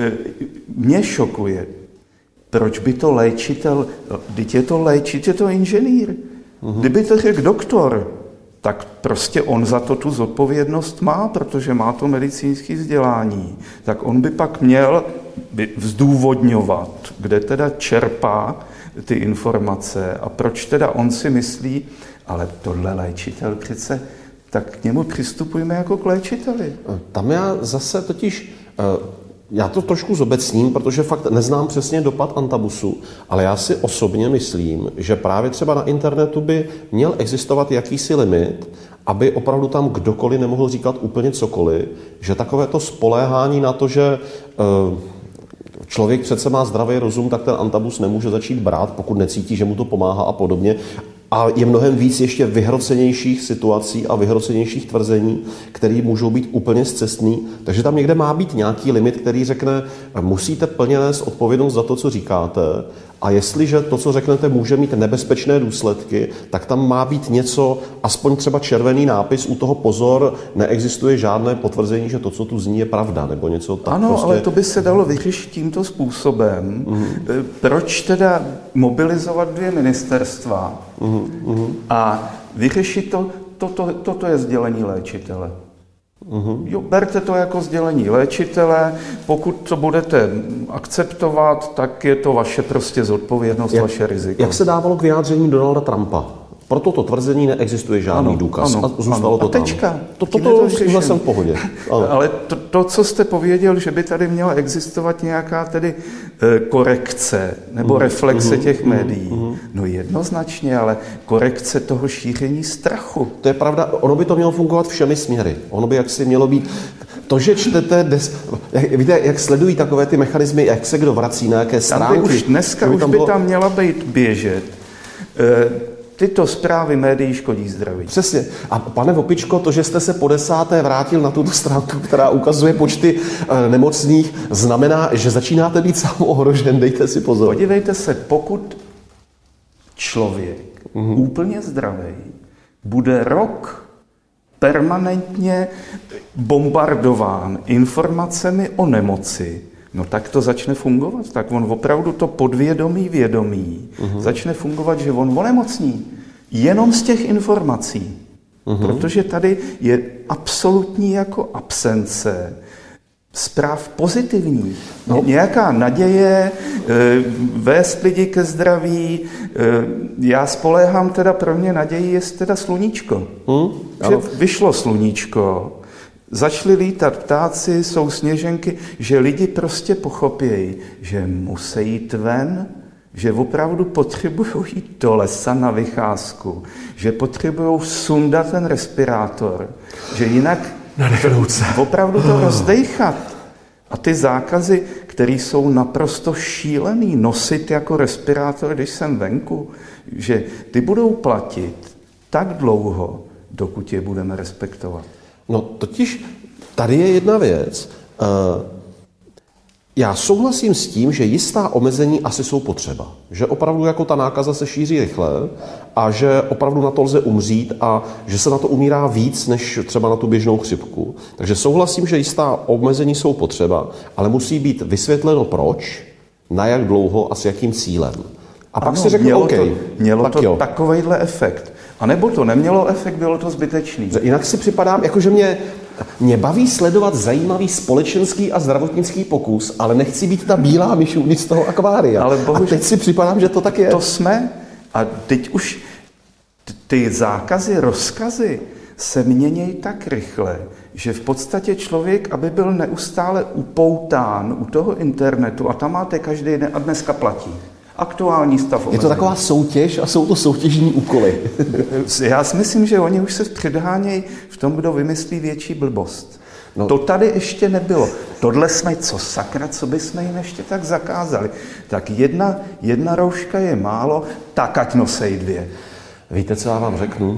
mě šokuje, proč by to léčitel, když je to léčit, je to inženýr. Kdyby to řekl doktor, tak prostě on za to tu zodpovědnost má, protože má to medicínské vzdělání. Tak on by pak měl zdůvodňovat, kde teda čerpá ty informace a proč teda on si myslí, ale tohle léčitel přece, tak k němu přistupujeme jako k léčiteli. Tam já zase totiž, já to trošku zobecním, protože fakt neznám přesně dopad Antabusu, ale já si osobně myslím, že právě třeba na internetu by měl existovat jakýsi limit, aby opravdu tam kdokoliv nemohl říkat úplně cokoliv, že takové to spoléhání na to, že člověk přece má zdravý rozum, tak ten Antabus nemůže začít brát, pokud necítí, že mu to pomáhá a podobně. A je mnohem víc ještě vyhrocenějších situací a vyhrocenějších tvrzení, které můžou být úplně scestný. Takže tam někde má být nějaký limit, který řekne, musíte plně nést odpovědnost za to, co říkáte. A jestliže to, co řeknete, může mít nebezpečné důsledky, tak tam má být něco, aspoň třeba červený nápis u toho pozor, neexistuje žádné potvrzení, že to, co tu zní, je pravda, nebo něco tak. Ano, prostě... ale to by se dalo vyřešit tímto způsobem. Proč teda mobilizovat 2 ministerstva a vyřešit toto je sdělení léčitele. Jo, berte to jako sdělení léčitele, pokud to budete akceptovat, tak je to vaše prostě zodpovědnost, vaše riziko. Jak se dávalo k vyjádření Donalda Trumpa? Pro toto tvrzení neexistuje žádný důkaz. Ano, a zůstalo to tam. Tečka. Toto jsem v pohodě. Ale to, co jste pověděl, že by tady měla existovat nějaká tedy korekce nebo reflexe těch médií. No jednoznačně, ale korekce toho šíření strachu. To je pravda, ono by to mělo fungovat všemi směry. Ono by jaksi mělo být to, že čtete, víte, jak sledují takové ty mechanismy, jak se kdo vrací na jaké stránky. Dneska už by tam měla být běžet. Tyto zprávy médií škodí zdraví. Přesně. A pane Vopičko, to, že jste se po 10. vrátil na tuto stránku, která ukazuje počty nemocných, znamená, že začínáte být sám ohrožen. Dejte si pozor. Podívejte se, pokud člověk úplně zdravý bude rok permanentně bombardován informacemi o nemoci, no tak to začne fungovat. Tak on opravdu to podvědomí, vědomí začne fungovat, že on onemocní jenom z těch informací. Protože tady je absolutní jako absence zpráv pozitivních. No. Nějaká naděje, vést lidi ke zdraví. Já spoléhám teda, pro mě naději je teda sluníčko. Že vyšlo sluníčko, začali lítat ptáci, jsou sněženky, že lidi prostě pochopějí, že musí jít ven, že opravdu potřebují jít do lesa na vycházku, že potřebují sundat ten respirátor, že jinak opravdu to rozdejchat. A ty zákazy, které jsou naprosto šílený, nosit jako respirátor, když jsem venku, že ty budou platit tak dlouho, dokud je budeme respektovat. No totiž tady je jedna věc. Já souhlasím s tím, že jistá omezení asi jsou potřeba. Že opravdu jako ta nákaza se šíří rychle a že opravdu na to lze umřít a že se na to umírá víc, než třeba na tu běžnou chřipku. Takže souhlasím, že jistá omezení jsou potřeba, ale musí být vysvětleno proč, na jak dlouho a s jakým cílem. A pak si řeknu, mělo to takovejhle efekt. A nebo to nemělo efekt, bylo to zbytečný. Jinak si připadám, jakože mě baví sledovat zajímavý společenský a zdravotnický pokus, ale nechci být ta bílá myš z toho akvária. Ale bohužel, a teď si připadám, že to tak je. To jsme. A teď už ty zákazy, rozkazy se mění tak rychle, že v podstatě člověk, aby byl neustále upoután u toho internetu, a tam máte každý den a dneska platí. Aktuální stav omezení. Je to taková soutěž a jsou to soutěžní úkoly. Já si myslím, že oni už se předhánějí v tom, kdo vymyslí větší blbost. No. To tady ještě nebylo. Tohle jsme, co bychom jim ještě tak zakázali. Tak jedna rouška je málo, tak ať nosej 2. Víte, co já vám řeknu?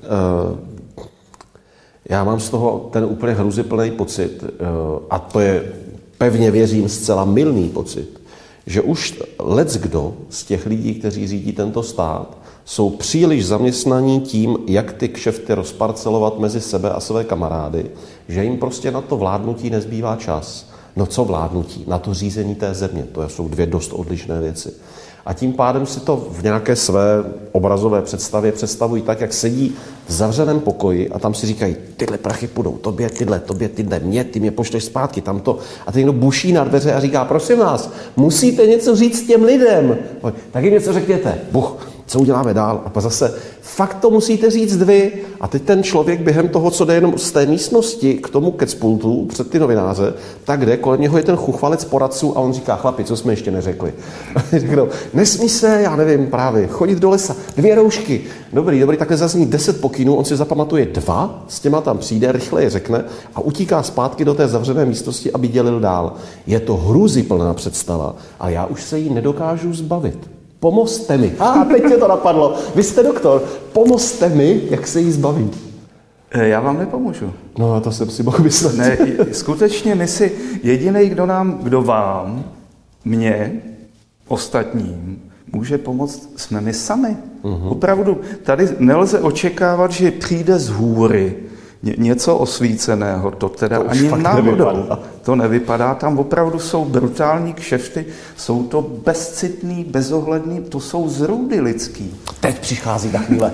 Já mám z toho ten úplně hruziplný pocit, a to je, pevně věřím, zcela mylný pocit, že už leckdo z těch lidí, kteří řídí tento stát, jsou příliš zaměstnaní tím, jak ty kšefty rozparcelovat mezi sebe a své kamarády, že jim prostě na to vládnutí nezbývá čas. No co vládnutí? Na to řízení té země. To jsou 2 dost odlišné věci. A tím pádem si to v nějaké své obrazové představě představují tak, jak sedí v zavřeném pokoji a tam si říkají, tyhle prachy půjdou tobě, tyhle mě, ty mě pošleš zpátky tamto. A teď někdo buší na dveře a říká, prosím vás, musíte něco říct těm lidem. Tak jim něco řekněte. Co uděláme dál? A pak zase, fakt to musíte říct vy. A teď ten člověk během toho, co jde jenom z té místnosti k tomu kecpultu před ty novináře, tak jde, kolem něho je ten chuchvalec poradců a on říká, chlapi, co jsme ještě neřekli. Řeknou, nesmí se, já nevím, právě, chodit do lesa, 2 roušky. Dobrý, takhle zazní 10 pokynů, on si zapamatuje 2, s těma tam přijde, rychle je řekne a utíká zpátky do té zavřené místnosti, aby dělil dál. Je to hrůzyplná představa a já už se jí nedokážu zbavit. Pomozte mi. Teď mě to napadlo. Vy jste doktor. Pomozte mi, jak se jí zbavit. Já vám nepomůžu. No, to jsem si mohl myslet. Ne, skutečně jedinej, kdo vám, mně, ostatním, může pomoct, jsme my sami. Opravdu, tady nelze očekávat, že přijde z hůry něco osvíceného, to teda to ani náhodou. To nevypadá, tam opravdu jsou brutální kšefty, jsou to bezcitný, bezohledný, to jsou zrůdy lidský. Teď přichází ta chvíle.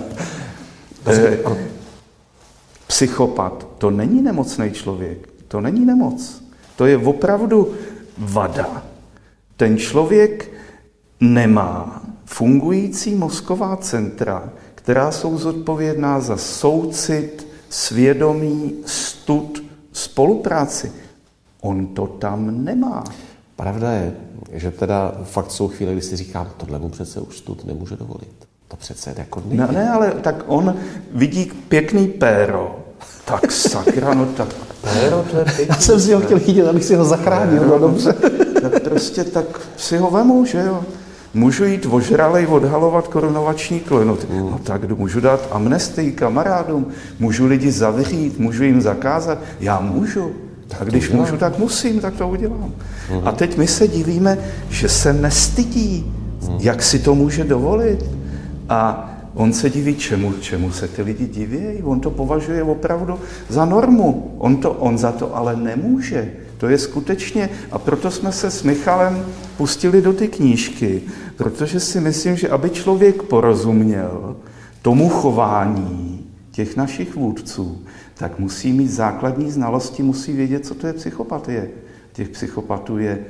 Psychopat, to není nemocný člověk, to není nemoc. To je opravdu vada. Ten člověk nemá fungující mozková centra, která jsou zodpovědná za soucit, svědomí, stud, spolupráci. On to tam nemá. Pravda je, že teda fakt jsou chvíle, kdy si říkám, tohle mu přece už stud nemůže dovolit. To přece jako nejde. Ne, ale tak on vidí pěkný péro Tak sakra, no tak Péro, to je pěkný. Já jsem si ho chtěl chytit, abych si ho zachránil, no dobře. Tak prostě tak si ho vemu, že jo. Můžu jít ožralej odhalovat korunovační klenot. No tak můžu dát amnestii kamarádům, můžu lidi zavřít, můžu jim zakázat. Já můžu. A když můžu, tak musím, tak to udělám. A teď my se divíme, že se nestydí, jak si to může dovolit. A on se diví, čemu se ty lidi diví. On to považuje opravdu za normu. On za to ale nemůže. To je skutečně, a proto jsme se s Michalem pustili do ty knížky, protože si myslím, že aby člověk porozuměl tomu chování těch našich vůdců, tak musí mít základní znalosti, musí vědět, co to je psychopatie. Těch psychopatů je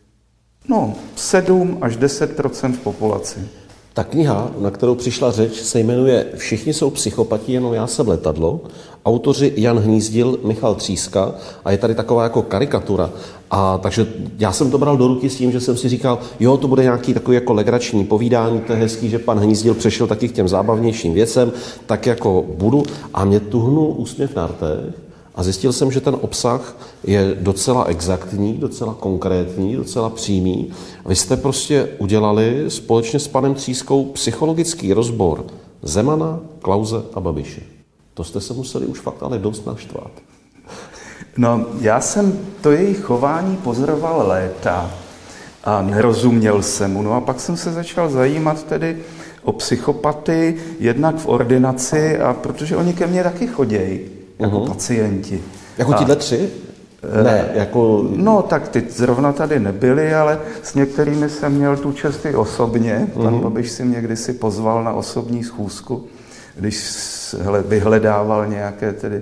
7 až 10% v populaci. Ta kniha, na kterou přišla řeč, se jmenuje Všichni jsou psychopati, jenom já jsem letadlo. Autoři Jan Hnízdil, Michal Tříska a je tady taková jako karikatura. A takže já jsem to bral do ruky s tím, že jsem si říkal, jo, to bude nějaký takový jako legrační povídání, to je hezký, že pan Hnízdil přešel taky k těm zábavnějším věcem, tak jako budu. A mě tuhnul úsměv na rtech a zjistil jsem, že ten obsah je docela exaktní, docela konkrétní, docela přímý. Vy jste prostě udělali společně s panem Třískou psychologický rozbor Zemana, Klause a Babiše. To jste se museli už fakt ale dost naštvat. No, já jsem to jejich chování pozoroval léta a nerozuměl jsem mu. No a pak jsem se začal zajímat tedy o psychopaty, jednak v ordinaci, a protože oni ke mně taky chodějí jako pacienti. Jako tihle tři? Ne, jako... No, tak ty zrovna tady nebyli, ale s některými jsem měl tu čest i osobně. Pan Babiš si mě kdysi pozval na osobní schůzku, když vyhledával nějaké tedy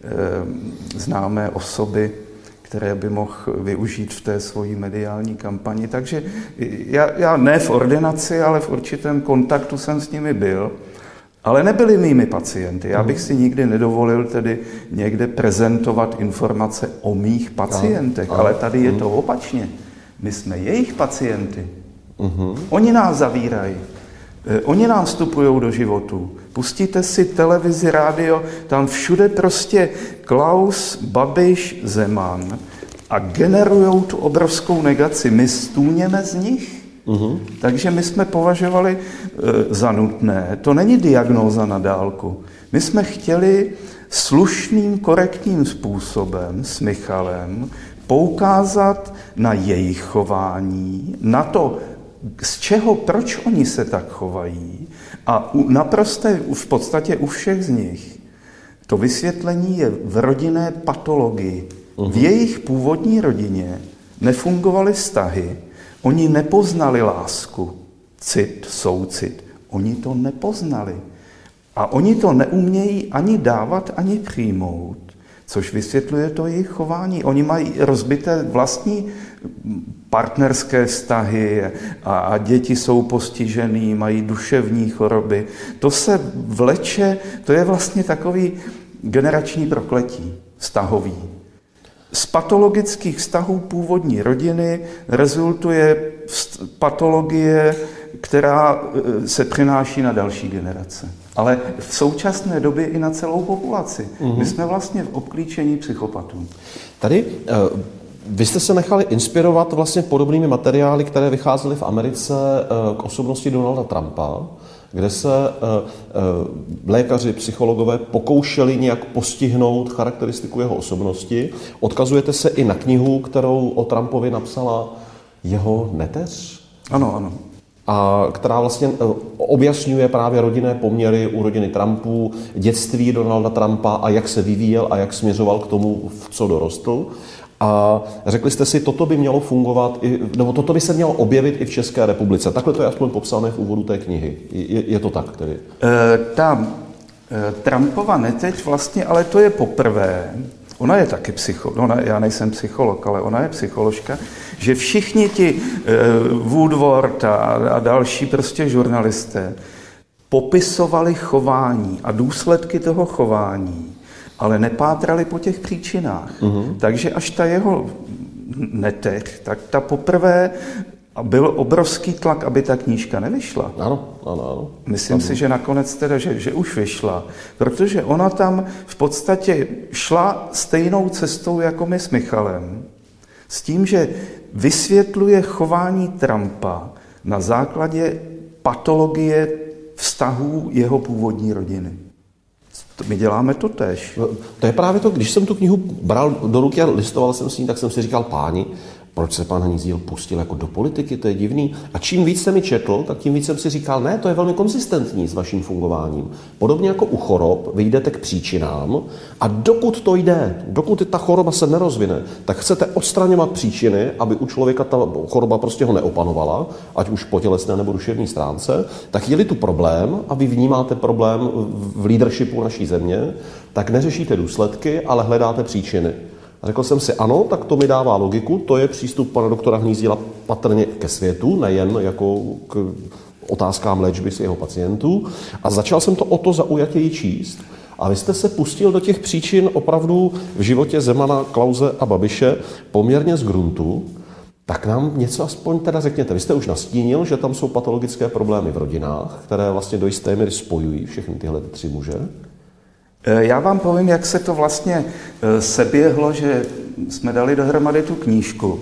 známé osoby, které by mohl využít v té svojí mediální kampani. Takže já ne v ordinaci, ale v určitém kontaktu jsem s nimi byl, ale nebyli mými pacienty. Já bych si nikdy nedovolil tedy někde prezentovat informace o mých pacientech, ale tady je to opačně. My jsme jejich pacienty. Oni nás zavírají. Oni nám vstupují do životu. Pustíte si televizi, rádio, tam všude prostě Klaus, Babiš, Zeman a generujou tu obrovskou negaci. My stůněme z nich. Takže my jsme považovali za nutné, to není diagnóza na dálku, my jsme chtěli slušným, korektním způsobem s Michalem poukázat na jejich chování, na to, z čeho, proč oni se tak chovají, a v podstatě u všech z nich to vysvětlení je v rodinné patologii. V jejich původní rodině nefungovaly vztahy, oni nepoznali lásku, cit, soucit. Oni to nepoznali. A oni to neumějí ani dávat, ani přijmout, což vysvětluje to jejich chování. Oni mají rozbité vlastní partnerské vztahy a děti jsou postižený, mají duševní choroby. To se vleče, to je vlastně takový generační prokletí vztahový. Z patologických vztahů původní rodiny rezultuje patologie, která se přenáší na další generace. Ale v současné době i na celou populaci. My jsme vlastně v obklíčení psychopatů. Tady vy jste se nechali inspirovat vlastně podobnými materiály, které vycházely v Americe k osobnosti Donalda Trumpa, kde se lékaři, psychologové pokoušeli nějak postihnout charakteristiku jeho osobnosti. Odkazujete se i na knihu, kterou o Trumpovi napsala jeho neteř? Ano, ano. A která vlastně objasňuje právě rodinné poměry u rodiny Trumpů, dětství Donalda Trumpa a jak se vyvíjel a jak směřoval k tomu, v co dorostl. A řekli jste si, toto by mělo fungovat, nebo toto by se mělo objevit i v České republice. Takhle to je aspoň popsané v úvodu té knihy. Je to tak tedy? Trumpova neteď vlastně, ale to je poprvé. Ona je taky já nejsem psycholog, ale ona je psycholožka, že všichni ti Woodward a další prostě žurnalisté popisovali chování a důsledky toho chování, ale nepátrali po těch příčinách. Takže až ta jeho neteř, tak ta poprvé A byl obrovský tlak, aby ta knížka nevyšla. Ano. Myslím si, že nakonec teda, že už vyšla, protože ona tam v podstatě šla stejnou cestou jako my s Michalem, s tím, že vysvětluje chování Trumpa na základě patologie vztahů jeho původní rodiny. My děláme to též. To je právě to, když jsem tu knihu bral do ruky a listoval jsem s ní, tak jsem si říkal, páni, proč se pan Hnízdil pustil jako do politiky, to je divný. A čím víc jsem mi četl, tak tím víc jsem si říkal, ne, to je velmi konzistentní s vaším fungováním. Podobně jako u chorob, vy jdete k příčinám a dokud to jde, dokud ta choroba se nerozvine, tak chcete odstraňovat příčiny, aby u člověka ta choroba prostě ho neopanovala, ať už po tělesné nebo duševní stránce, tak je-li tu problém a vy vnímáte problém v leadershipu naší země, tak neřešíte důsledky, ale hledáte příčiny. A řekl jsem si, ano, tak to mi dává logiku, to je přístup pana doktora Hnízdila patrně ke světu, nejen jako k otázkám léčby s jeho pacientů. A začal jsem to o to zaujatěji číst. A vy jste se pustil do těch příčin opravdu v životě Zemana, Klause a Babiše poměrně z gruntu. Tak nám něco aspoň teda řekněte. Vy jste už nastínil, že tam jsou patologické problémy v rodinách, které vlastně do jisté míry spojují všechny tyhle tři muže. Já vám povím, jak se to vlastně seběhlo, že jsme dali dohromady tu knížku.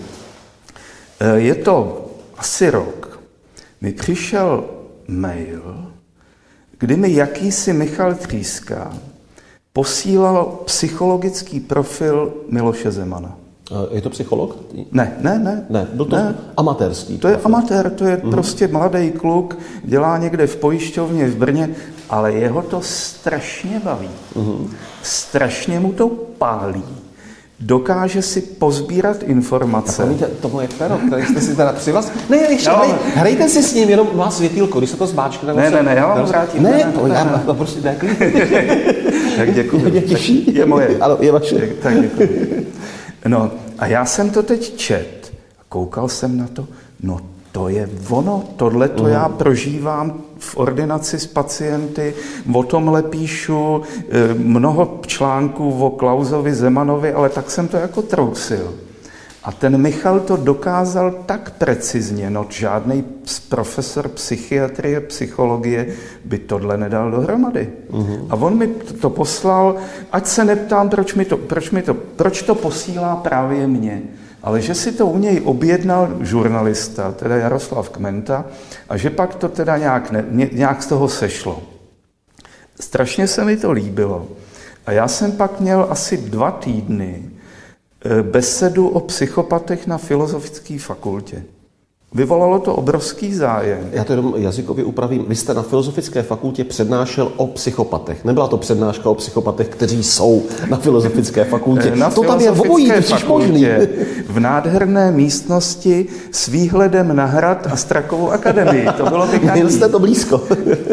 Je to asi rok. Mi přišel mail, kdy mi jakýsi Michal Tříska posílal psychologický profil Miloše Zemana. Je to psycholog? Ne. Byl to amatérský. To je amatér, to je prostě mladý kluk, dělá někde v pojišťovně v Brně, ale jeho to strašně baví. Strašně mu to pálí. Dokáže si pozbírat informace. Promiňte, to moje pero, který jste si teda přivlastnil. Ne, ještě, hrajte si s ním, jenom má světýlko, když se to zmáčkne. Ne, já vám vrátím. Ne, já prostě ne. Tak děkuji. Mě těší. Je moje. Ano, je vaše. Tak děkuji. No a já jsem to teď čet a koukal jsem na to, no to je ono, tohleto já prožívám v ordinaci s pacienty, o tomhle píšu, mnoho článků o Klausovi, Zemanovi, ale tak jsem to jako trousil. A ten Michal to dokázal tak precizně, no žádnej profesor psychiatrie, psychologie by tohle nedal dohromady. A on mi to poslal, ať se neptám, proč to posílá právě mě, ale že si to u něj objednal žurnalista, teda Jaroslav Kmenta, a že pak to teda nějak z toho sešlo. Strašně se mi to líbilo. A já jsem pak měl asi 2 týdny besedu o psychopatech na Filozofické fakultě. Vyvolalo to obrovský zájem. Já to jenom jazykově upravím. Vy jste na Filozofické fakultě přednášel o psychopatech. Nebyla to přednáška o psychopatech, kteří jsou na Filozofické fakultě. To tam je obojí, možný. V nádherné místnosti s výhledem na hrad a Strakovou akademii. To bylo pěkné. Měl jste to blízko.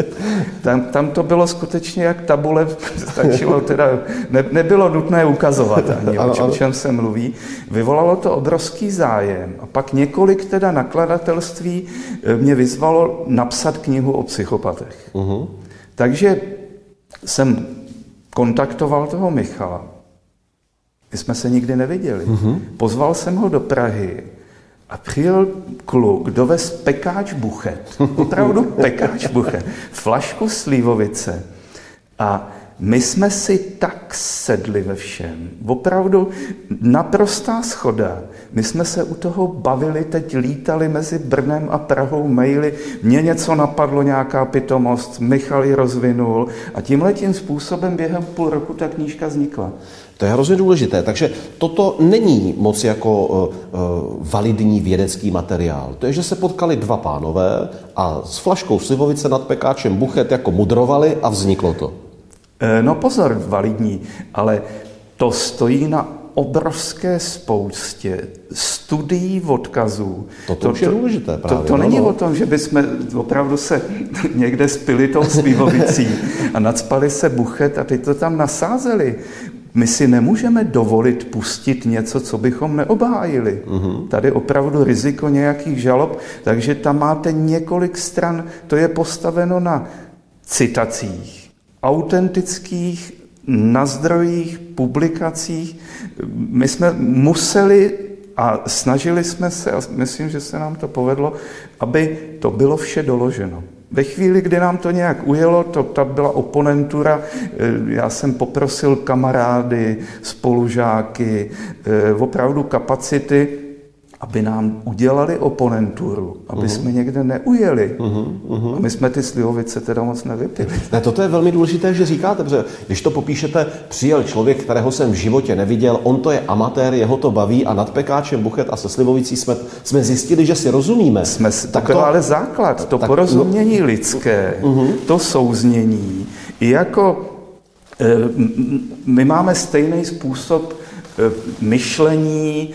Tam to bylo skutečně jak tabule, stačilo teda, nebylo nutné ukazovat ani, o čem se mluví. Vyvolalo to obrovský zájem. A pak několik teda nakladatelství mě vyzvalo napsat knihu o psychopatech. Takže jsem kontaktoval toho Michala. My jsme se nikdy neviděli. Pozval jsem ho do Prahy a přijel kluk, dovez pekáč buchet. Opravdu pekáč buchet. Flašku slivovice. A my jsme si tak sedli ve všem. Opravdu naprostá shoda. My jsme se u toho bavili, teď lítali mezi Brnem a Prahou maily. Mně něco napadlo, nějaká pitomost, Michal ji rozvinul a tímhletím způsobem během půl roku ta knížka vznikla. To je hrozně důležité. Takže toto není moc jako validní vědecký materiál. To je, že se potkali 2 pánové a s flaškou slivovice nad pekáčem buchet jako mudrovali a vzniklo to. No pozor, validní, ale to stojí na obrovské spoustě studií, odkazů. To už je důležité právě. To není o tom, že bychom opravdu se někde spili tou slivovicí a nacpali se buchet a teď to tam nasázeli. My si nemůžeme dovolit pustit něco, co bychom neobhájili. Tady opravdu riziko nějakých žalob, takže tam máte několik stran, to je postaveno na citacích, autentických, na zdrojích, publikacích. My jsme museli A snažili jsme se, a myslím, že se nám to povedlo, aby to bylo vše doloženo. Ve chvíli, kdy nám to nějak ujelo, ta byla oponentura, já jsem poprosil kamarády, spolužáky, opravdu kapacity, aby nám udělali oponenturu, aby jsme někde neujeli. A my jsme ty slivovice teda moc nevypili. Ne, toto je velmi důležité, že říkáte, protože když to popíšete, přijel člověk, kterého jsem v životě neviděl, on to je amatér, jeho to baví a nad pekáčem buchet a se slivovicí jsme zjistili, že si rozumíme. Tak to ale základ, to porozumění lidské, to souznění. I jako my máme stejný způsob myšlení,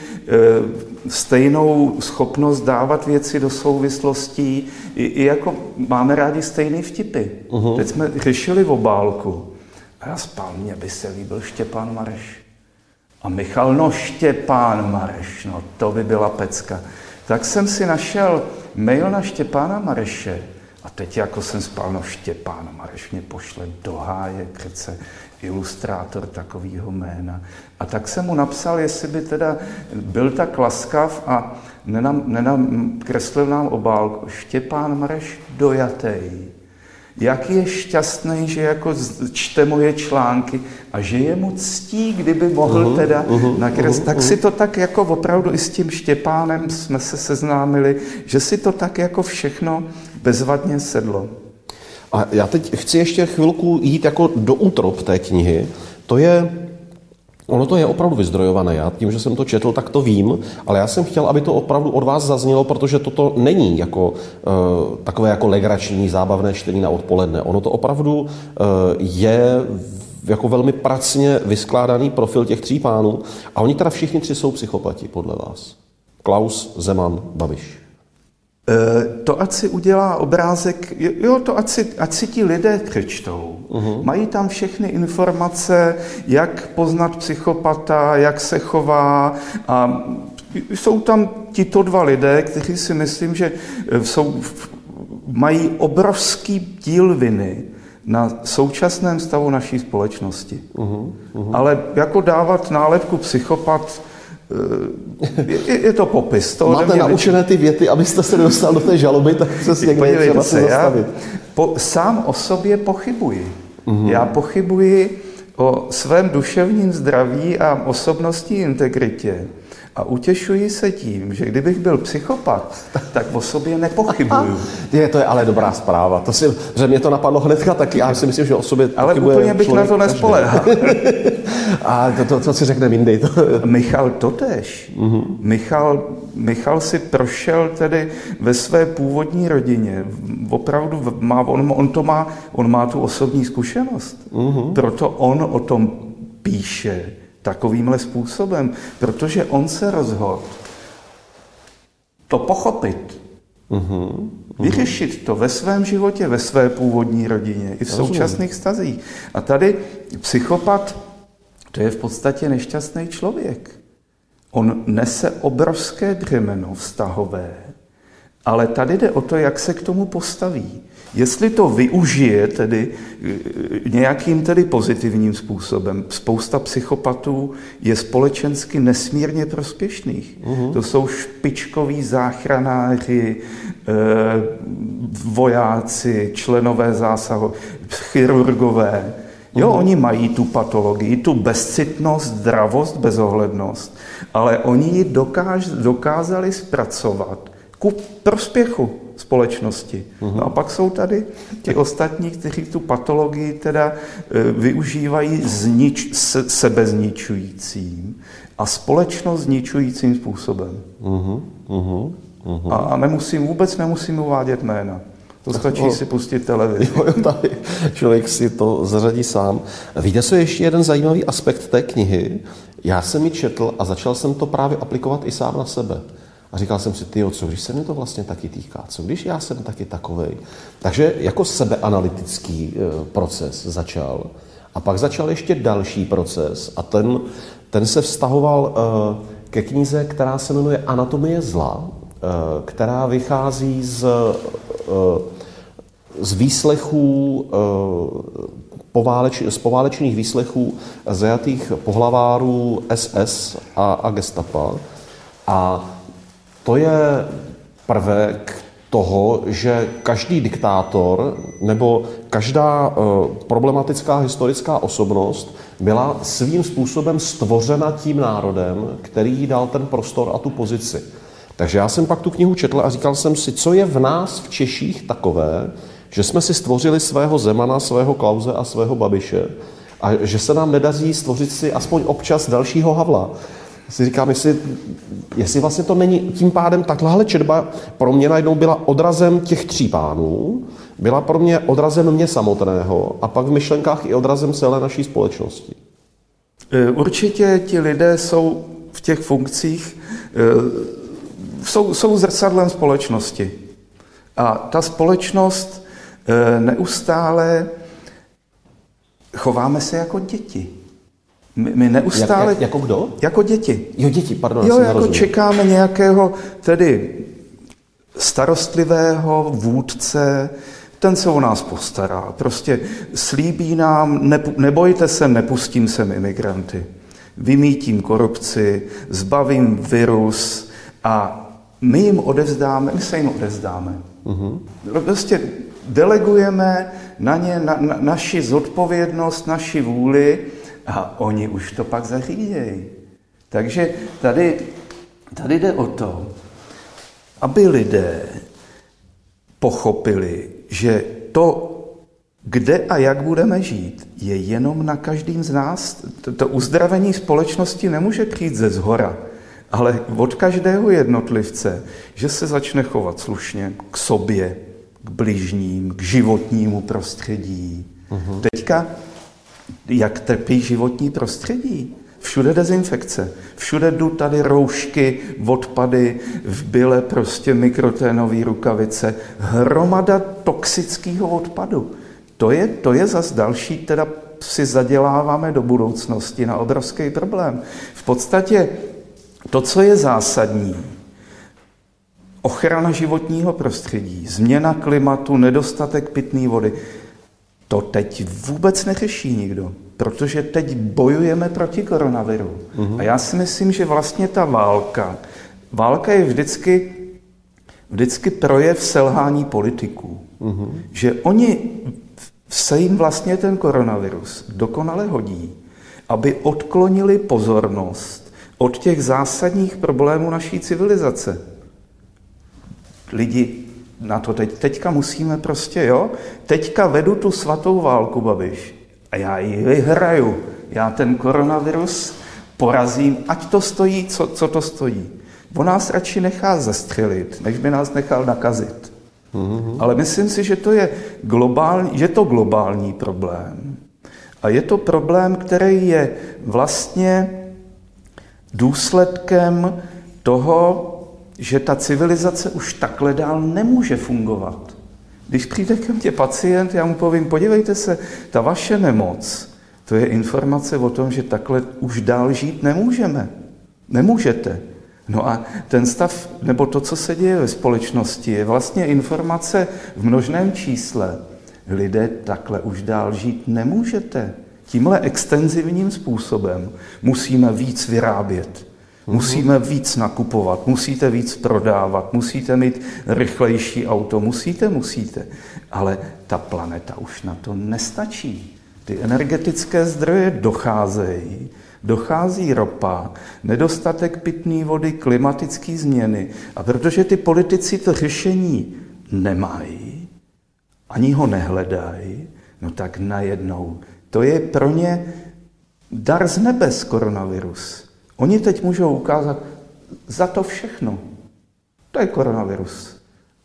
stejnou schopnost dávat věci do souvislostí, i jako máme rádi stejný vtipy. Teď jsme řešili obálku a já spal, mně by se líbil Štěpán Mareš. A Michal, no Štěpán Mareš, no to by byla pecka. Tak jsem si našel mail na Štěpána Mareše a teď jako jsem spal, no Štěpán Mareš mě pošle do háje, přece ilustrátor takového jména. A tak jsem mu napsal, jestli by teda byl tak laskav a kreslil nám obálku. Štěpán Mareš dojatej. Jak je šťastný, že jako čte moje články a že je mu ctí, kdyby mohl teda nakreslit. Tak si to tak jako opravdu i s tím Štěpánem jsme se seznámili, že si to tak jako všechno bezvadně sedlo. A já teď chci ještě chvilku jít jako do útrop té knihy. Ono to je opravdu vyzdrojované. Já tím, že jsem to četl, tak to vím, ale já jsem chtěl, aby to opravdu od vás zaznělo, protože toto není jako takové jako legrační, zábavné čtení na odpoledne. Ono to opravdu je jako velmi pracně vyskládaný profil těch tří pánů a oni teda všichni tři jsou psychopati, podle vás. Klaus, Zeman, Babiš. To, ať si udělá obrázek, jo, to, ať si ti lidé přečtou. Mají tam všechny informace, jak poznat psychopata, jak se chová a jsou tam tito dva lidé, kteří si myslím, že mají obrovský díl viny na současném stavu naší společnosti. Ale jako dávat nálepku psychopat, je to popis. To máte naučené ty věty, abyste se nedostal do té žaloby, tak přesně někde je třeba se zastavit. Sám o sobě pochybuji. Já pochybuji o svém duševním zdraví a osobnostní integritě. A utěšuji se tím, že kdybych byl psychopat, tak o sobě nepochybuju. To je ale dobrá zpráva. Že mě to napadlo hnedka taky. Já si myslím, že o sobě ale úplně bych na to nespoléhal. A to si řekneme jindy. Michal totéž. Michal si prošel tedy ve své původní rodině. Opravdu on má tu osobní zkušenost. Proto on o tom píše takovýmhle způsobem, protože on se rozhodl to pochopit, vyřešit to ve svém životě, ve své původní rodině i v současných vztazích. A tady psychopat, to je v podstatě nešťastný člověk. On nese obrovské břemeno vztahové, ale tady jde o to, jak se k tomu postaví. Jestli to využije tedy nějakým tedy pozitivním způsobem. Spousta psychopatů je společensky nesmírně prospěšných. To jsou špičkoví záchranáři, vojáci, členové zásahu, chirurgové. Jo, oni mají tu patologii, tu bezcitnost, zdravost, bezohlednost, ale oni ji dokázali zpracovat ku prospěchu společnosti. No a pak jsou tady ti ostatní, kteří tu patologii teda využívají sebezničujícím a společnost zničujícím způsobem. A vůbec nemusím uvádět jména. To stačí si pustit televizi. Tady člověk si to zařadí sám. Víte, co je ještě jeden zajímavý aspekt té knihy? Já jsem ji četl a začal jsem to právě aplikovat i sám na sebe. A říkal jsem si, co když se mi to vlastně taky týká? Co když já jsem taky takovej? Takže jako sebeanalytický proces začal. A pak začal ještě další proces a ten se vztahoval ke knize, která se jmenuje Anatomie zla, která vychází z výslechů, z poválečných výslechů zajatých pohlavárů SS a gestapa. A to je prvek toho, že každý diktátor nebo každá problematická historická osobnost byla svým způsobem stvořena tím národem, který jí dal ten prostor a tu pozici. Takže já jsem pak tu knihu četl a říkal jsem si, co je v nás v Češích takové, že jsme si stvořili svého Zemana, svého Klause a svého Babiše a že se nám nedaří stvořit si aspoň občas dalšího Havla. Si říkám, jestli vlastně to není tím pádem takhle četba pro mě najednou byla odrazem těch tří pánů, byla pro mě odrazem mě samotného a pak v myšlenkách i odrazem celé naší společnosti. Určitě ti lidé jsou v těch funkcích, jsou zrcadlem společnosti. A ta společnost neustále chováme se jako děti. My neustále... Jako kdo? Jako děti. Jo, děti, pardon. Jo, jako čekáme nějakého tedy starostlivého vůdce, ten se o nás postará. Prostě slíbí nám, nebojte se, nepustím sem imigranty. Vymítím korupci, zbavím virus a my se jim odevzdáme. Mm-hmm. Prostě delegujeme na ně naši zodpovědnost, naši vůli a oni už to pak zařídějí. Takže tady jde o to, aby lidé pochopili, že to, kde a jak budeme žít, je jenom na každým z nás. To uzdravení společnosti nemůže přijít ze zhora, ale od každého jednotlivce, že se začne chovat slušně k sobě, k bližním, k životnímu prostředí. Uh-huh. Teďka, jak trpí životní prostředí? Všude dezinfekce, všude jdu tady roušky, odpady, v byle prostě mikroténové rukavice, hromada toxického odpadu. To je zas další, teda si zaděláváme do budoucnosti na obrovský problém. V podstatě to, co je zásadní, ochrana životního prostředí, změna klimatu, nedostatek pitné vody, to teď vůbec neřeší nikdo, protože teď bojujeme proti koronaviru. Uh-huh. A já si myslím, že vlastně ta válka je vždycky projev selhání politiků. Uh-huh. Že se jim vlastně ten koronavirus dokonale hodí, aby odklonili pozornost od těch zásadních problémů naší civilizace. Lidi na to teďka musíme teďka vedu tu svatou válku, Babiš, a já ji vyhraju. Já ten koronavirus porazím, ať to stojí, co to stojí. On nás radši nechá zastřelit, než by nás nechal nakazit. Mm-hmm. Ale myslím si, že to je globální problém. A je to problém, který je vlastně důsledkem toho, že ta civilizace už takhle dál nemůže fungovat. Když přijde ke mně pacient, já mu povím, podívejte se, ta vaše nemoc, to je informace o tom, že takhle už dál žít nemůžeme. Nemůžete. No a ten stav, nebo to, co se děje ve společnosti, je vlastně informace v množném čísle. Lidé, takhle už dál žít nemůžete. Tímhle extenzivním způsobem musíme víc vyrábět. Musíme víc nakupovat, musíte víc prodávat, musíte mít rychlejší auto, musíte. Ale ta planeta už na to nestačí. Ty energetické zdroje dochází ropa, nedostatek pitné vody, klimatické změny. A protože ty politici to řešení nemají, ani ho nehledají, no tak najednou. To je pro ně dar z nebes, koronavirus. Oni teď můžou ukázat za to všechno. To je koronavirus.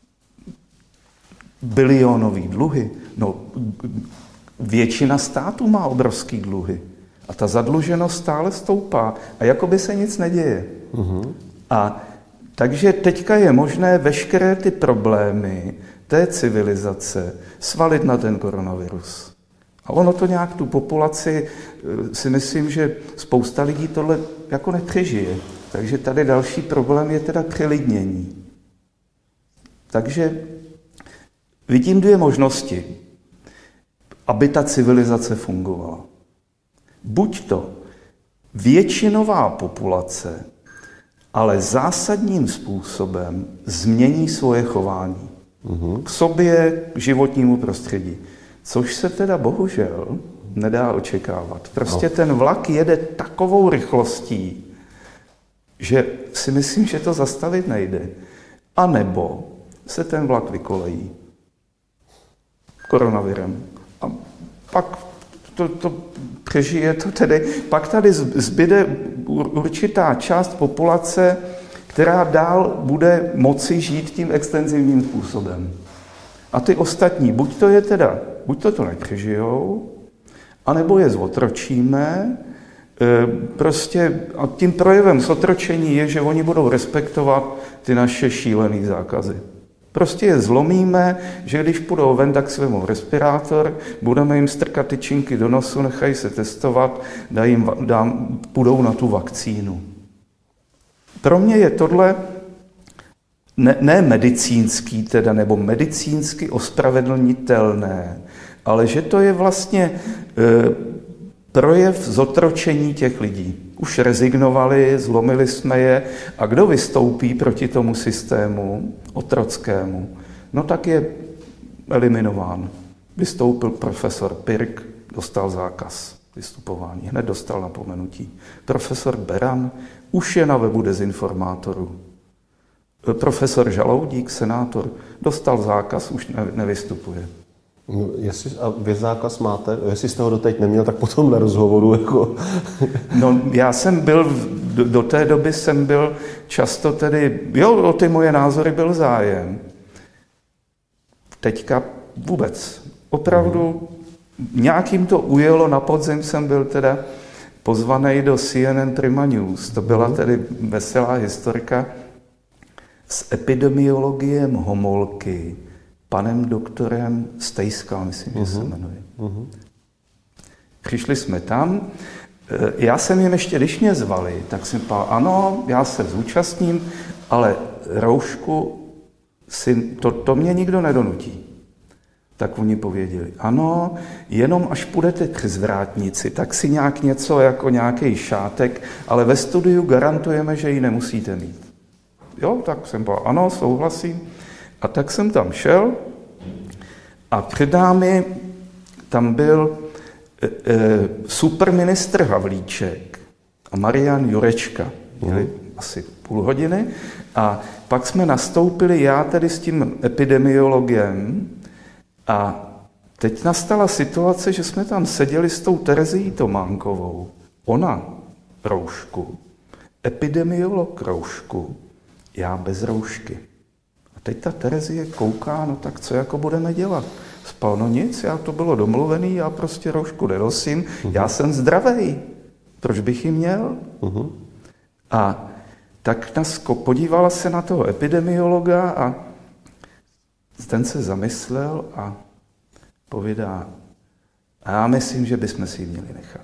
Bilionový dluhy. No, většina států má obrovský dluhy. A ta zadluženost stále stoupá. A jakoby se nic neděje. Uh-huh. A takže teďka je možné veškeré ty problémy té civilizace svalit na ten koronavirus. A ono to nějak tu populaci, si myslím, že spousta lidí tohle jako nepřežije. Takže tady další problém je teda přelidnění. Takže vidím dvě možnosti, aby ta civilizace fungovala. Buď to většinová populace ale zásadním způsobem změní svoje chování k sobě, k životnímu prostředí. Což se teda bohužel nedá očekávat. Prostě ten vlak jede takovou rychlostí, že si myslím, že to zastavit nejde. A nebo se ten vlak vykolejí koronavirem. A pak to přežije to tedy. Pak tady zbyde určitá část populace, která dál bude moci žít tím extenzivním způsobem. A ty ostatní, buď to nepřežijou, anebo je zotročíme. Prostě a tím projevem zotročení je, že oni budou respektovat ty naše šílené zákazy. Prostě je zlomíme, že když půjdou ven, tak si vemou respirátor, budeme jim strkat tyčinky do nosu, nechají se testovat, půjdou na tu vakcínu. Pro mě je tohle ne medicínský teda, nebo medicínsky ospravedlnitelné, ale že to je vlastně projev zotročení těch lidí. Už rezignovali, zlomili jsme je a kdo vystoupí proti tomu systému otrockému, no tak je eliminován. Vystoupil profesor Pirk, dostal zákaz vystupování, hned dostal napomenutí. Profesor Beran už je na webu dezinformátorů. Profesor Žaloudík, senátor, dostal zákaz, už nevystupuje. No, a vy zákaz máte, jestli jste ho doteď neměl, tak po tomhle rozhovoru jako... No, já jsem byl, do té doby jsem byl často tedy, o ty moje názory byl zájem. Teďka vůbec. Opravdu nějakým to ujelo, na podzim jsem byl teda pozvaný do CNN Prima News. To byla tedy veselá historka s epidemiologiem Homolky, panem doktorem Stejskal, myslím, že se jmenuje. Přišli jsme tam, já jsem jim ještě, když mě zvali, tak jsem říkal, ano, já se zúčastním, ale roušku to mě nikdo nedonutí. Tak oni pověděli, ano, jenom až půjdete přes vrátnici, tak si nějak něco jako nějaký šátek, ale ve studiu garantujeme, že ji nemusíte mít. Jo, tak jsem říkal, ano, souhlasím. A tak jsem tam šel a před námi tam byl superministr Havlíček a Marian Jurečka. Měli asi půl hodiny a pak jsme nastoupili já tedy s tím epidemiologem a teď nastala situace, že jsme tam seděli s tou Terezií Tománkovou. Ona roušku, epidemiolog roušku, já bez roušky. A teď ta Terezie kouká, no tak co jako budeme dělat? Spal, no nic, to bylo domluvený, já prostě roušku nenosím, já jsem zdravej. Proč bych ji měl? A tak podívala se na toho epidemiologa a ten se zamyslel a povídá, a já myslím, že bychom si ji měli nechat.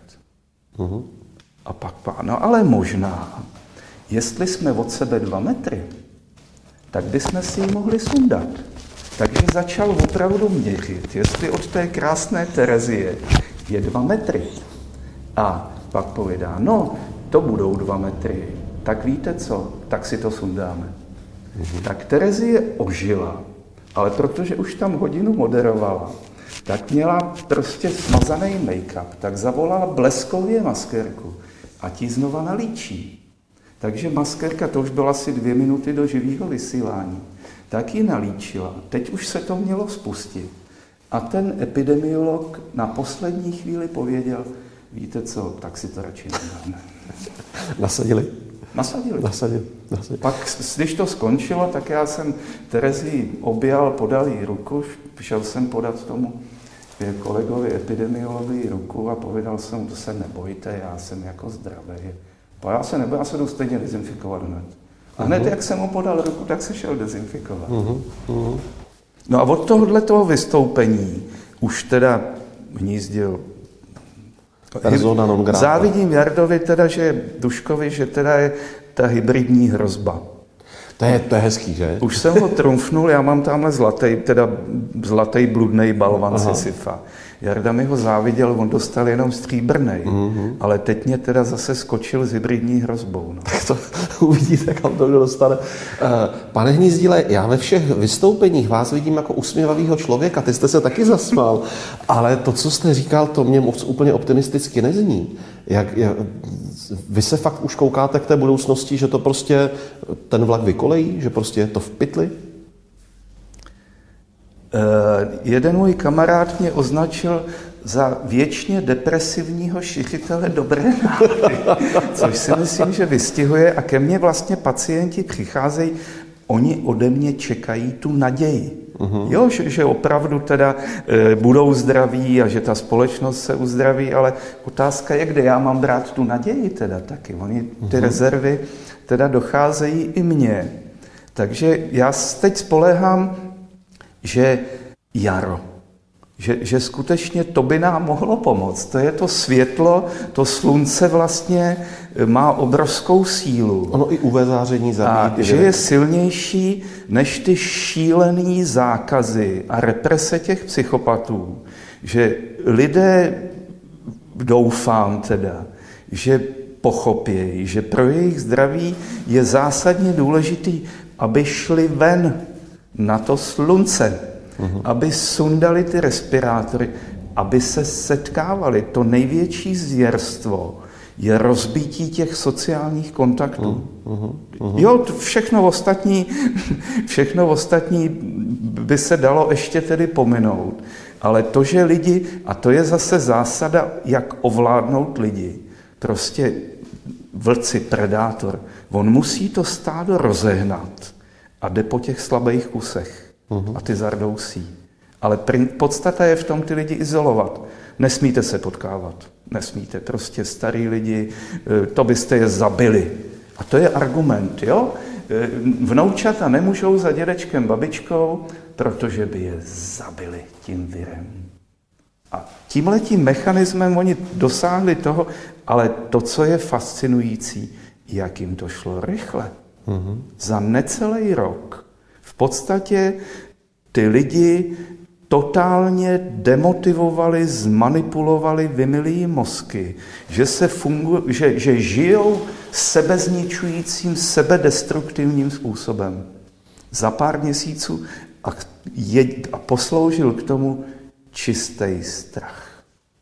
A pak, no ale možná, jestli jsme od sebe 2 metry, tak bychom si ji mohli sundat. Takže začal opravdu měřit, jestli od té krásné Terezie je 2 metry. A pak povídá, no, to budou 2 metry. Tak víte co, tak si to sundáme. Tak Terezie ožila, ale protože už tam hodinu moderovala, tak měla prostě smazaný make-up, tak zavolala bleskově maskérku a ti znova nalíčí. Takže maskérka, to už byla asi 2 minuty do živého vysílání, tak ji nalíčila. Teď už se to mělo spustit. A ten epidemiolog na poslední chvíli pověděl, víte co, tak si to radši nedáme. Nasadili? Nasadili. Pak, když to skončilo, tak já jsem Terezii objal, podal jí ruku, šel jsem podat tomu kolegovi epidemiologi ruku a povídal jsem, to se nebojte, já jsem jako zdravý. Já se nebojím, já se jdu stejně dezinfikovat hned. A hned, jak jsem mu podal ruku, tak se šel dezinfikovat. No a od tohoto vystoupení už teda hnízdil persona non grata. Závidím Jardovi teda, že Duškovi, že teda je ta hybridní hrozba. To je hezký, že? Už jsem ho trumfnul, já mám tamhle zlatý bludnej balvan Sisyfa. Jarda mi ho záviděl, on dostal jenom stříbrnej, ale teď mě teda zase skočil s hybridní hrozbou. No. Tak to uvidíte, kam to dostane. Pane Hnízdile, já ve všech vystoupeních vás vidím jako usměvavýho člověka, ty jste se taky zasmál, ale to, co jste říkal, to mě moc úplně optimisticky nezní. Vy se fakt už koukáte k té budoucnosti, že to prostě ten vlak vykolejí, že prostě je to v pytli? Jeden můj kamarád mě označil za věčně depresivního šiřitele dobré nálady, což si myslím, že vystihuje a ke mně vlastně pacienti přicházejí, oni ode mě čekají tu naději. Jo, že opravdu teda budou zdraví a že ta společnost se uzdraví, ale otázka je, kde já mám brát tu naději teda taky. Oni ty rezervy teda docházejí i mně. Takže já teď spoléhám, že jaro, že skutečně to by nám mohlo pomoct. To je to světlo, to slunce vlastně má obrovskou sílu. Ono i UV záření zabíjí. A že je silnější než ty šílený zákazy a represe těch psychopatů. Že lidé, doufám teda, že pochopějí, že pro jejich zdraví je zásadně důležitý, aby šli ven na to slunce, aby sundali ty respirátory, aby se setkávali. To největší zvěrstvo je rozbití těch sociálních kontaktů. Jo, všechno ostatní by se dalo ještě tedy pominout. Ale to, že lidi, a to je zase zásada, jak ovládnout lidi, prostě vlci, predátor, on musí to stádo rozehnat a jde po těch slabých kusech. A ty zardousí. Ale podstata je v tom ty lidi izolovat. Nesmíte se potkávat. Nesmíte. Prostě starý lidi, to byste je zabili. A to je argument, jo? Vnoučata nemůžou za dědečkem, babičkou, protože by je zabili tím virem. A tímhletím mechanismem oni dosáhli toho, ale to, co je fascinující, jak jim to šlo rychle. Za necelý rok v podstatě ty lidi totálně demotivovali, zmanipulovali, vymylí mozky, že žijou sebezničujícím, sebedestruktivním způsobem. Za pár měsíců a posloužil k tomu čistý strach.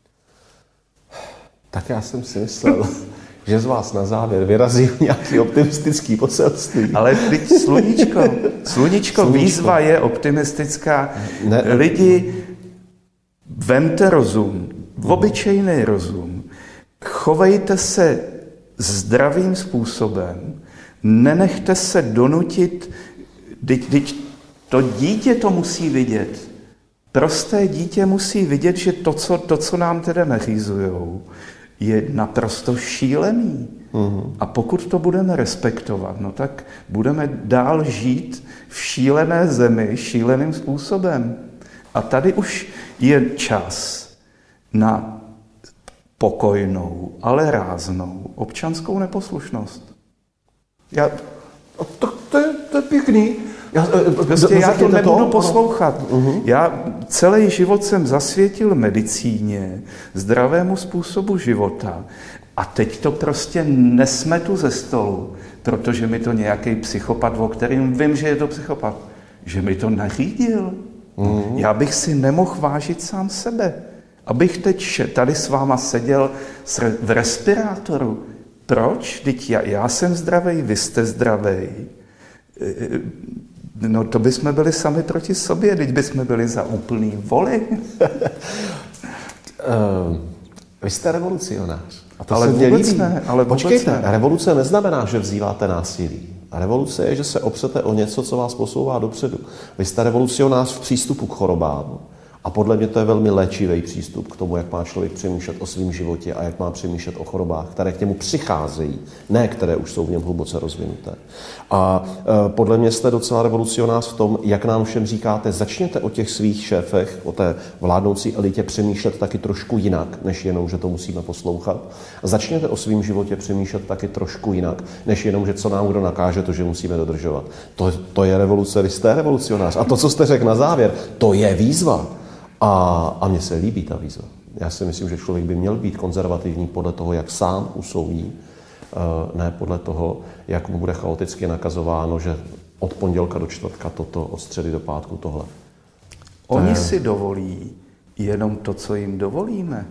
Tak já jsem si myslel, že z vás na závěr vyrazí nějaký optimistický poselství. Ale teď sluníčko, výzva je optimistická. Lidi, vemte rozum, obyčejný rozum, chovejte se zdravým způsobem, nenechte se donutit, to dítě to musí vidět. Prosté dítě musí vidět, že to, co nám teda nařízujou, je naprosto šílený. A pokud to budeme respektovat, no tak budeme dál žít v šílené zemi, šíleným způsobem. A tady už je čas na pokojnou, ale ráznou občanskou neposlušnost. To je pěkný. Já to nebudu poslouchat. Já celý život jsem zasvětil medicíně, zdravému způsobu života a teď to prostě nesmetu ze stolu, protože mi to nějaký psychopat, o kterým vím, že je to psychopat, že mi to nařídil. Já bych si nemohl vážit sám sebe. Abych teď tady s váma seděl v respirátoru. Proč? Teď já jsem zdravej, vy jste zdravej. No to bychom byli sami proti sobě, teď bychom byli za úplný voli. Vy jste revolucionář. A to ale se vůbec ne. Počkejte, revoluce neznamená, že vzýváte násilí. A revoluce je, že se opřete o něco, co vás posouvá dopředu. Vy jste revolucionář v přístupu k chorobám A podle mě to je velmi léčivý přístup k tomu, jak má člověk přemýšlet o svém životě a jak má přemýšlet o chorobách, které k němu přicházejí, ne které už jsou v něm hluboce rozvinuté. A podle mě jste docela revolucionář v tom, jak nám všem říkáte, začněte o těch svých šéfech, o té vládnoucí elitě přemýšlet taky trošku jinak, než jenom, že to musíme poslouchat. A začněte o svém životě přemýšlet taky trošku jinak, než jenom, že co nám kdo nakáže, to, že musíme dodržovat. To je revoluce, vy jste revolucionář. A to, co jste řekl na závěr, to je výzva. A mně se líbí ta výzva. Já si myslím, že člověk by měl být konzervativní podle toho, jak sám usoudí, ne podle toho, jak mu bude chaoticky nakazováno, že od pondělka do čtvrtka toto, od středy do pátku tohle. Oni si dovolí jenom to, co jim dovolíme.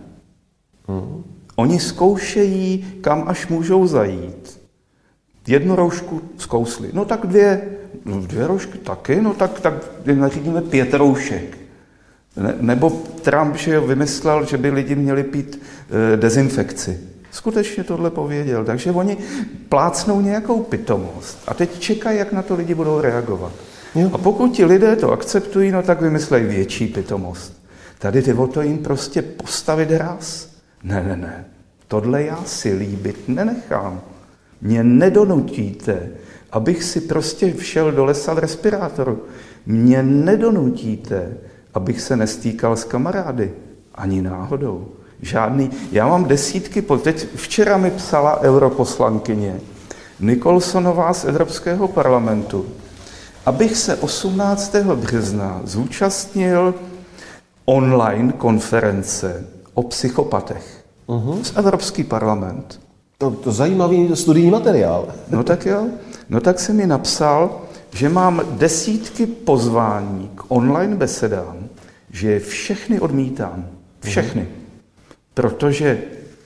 Oni zkoušejí, kam až můžou zajít. Jednu roušku zkousli. No tak dvě roušky taky, no tak nařídíme 5 roušek. Nebo Trump, že vymyslel, že by lidi měli pít dezinfekci. Skutečně tohle pověděl. Takže oni plácnou nějakou pitomost a teď čekají, jak na to lidi budou reagovat. Jo. A pokud ti lidé to akceptují, no tak vymyslejí větší pitomost. Tady jde o to jim prostě postavit ráz. Ne. Tohle já si líbit nenechám. Mě nedonutíte, abych si prostě všel do lesa v respirátoru. Mě nedonutíte, abych se nestýkal s kamarády. Ani náhodou. Žádný. Já mám desítky, teď včera mi psala europoslankyně Nicholsonová z Evropského parlamentu, abych se 18. března zúčastnil online konference o psychopatech. Z Evropský parlament. To zajímavý studijní materiál. No tak jo. No tak se mi napsal, že mám desítky pozvání k online besedám, že je všechny odmítám. Všechny. Protože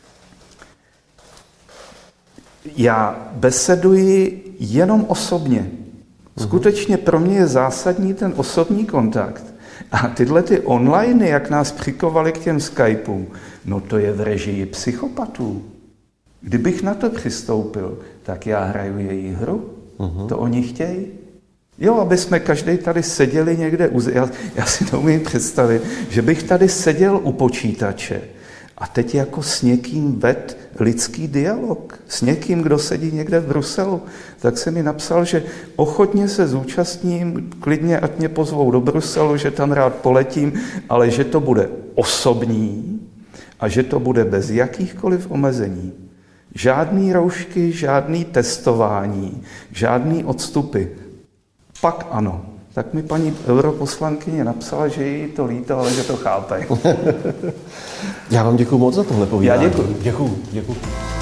já beseduji jenom osobně. Skutečně pro mě je zásadní ten osobní kontakt. A tyhle ty online, jak nás přikovali k těm Skypeům, no to je v režii psychopatů. Kdybych na to přistoupil, tak já hraju její hru. To oni chtějí. Jo, aby jsme každý tady seděli někde, já si to umím představit, že bych tady seděl u počítače a teď jako s někým ved lidský dialog, s někým, kdo sedí někde v Bruselu, tak se mi napsal, že ochotně se zúčastním, klidně ať mě pozvou do Bruselu, že tam rád poletím, ale že to bude osobní a že to bude bez jakýchkoliv omezení. Žádný roušky, žádný testování, žádný odstupy. Pak ano. Tak mi paní europoslankyně napsala, že jí to líto, ale že to chápe. Já vám děkuju moc za tohle povídání. Já děkuju. Děkuju.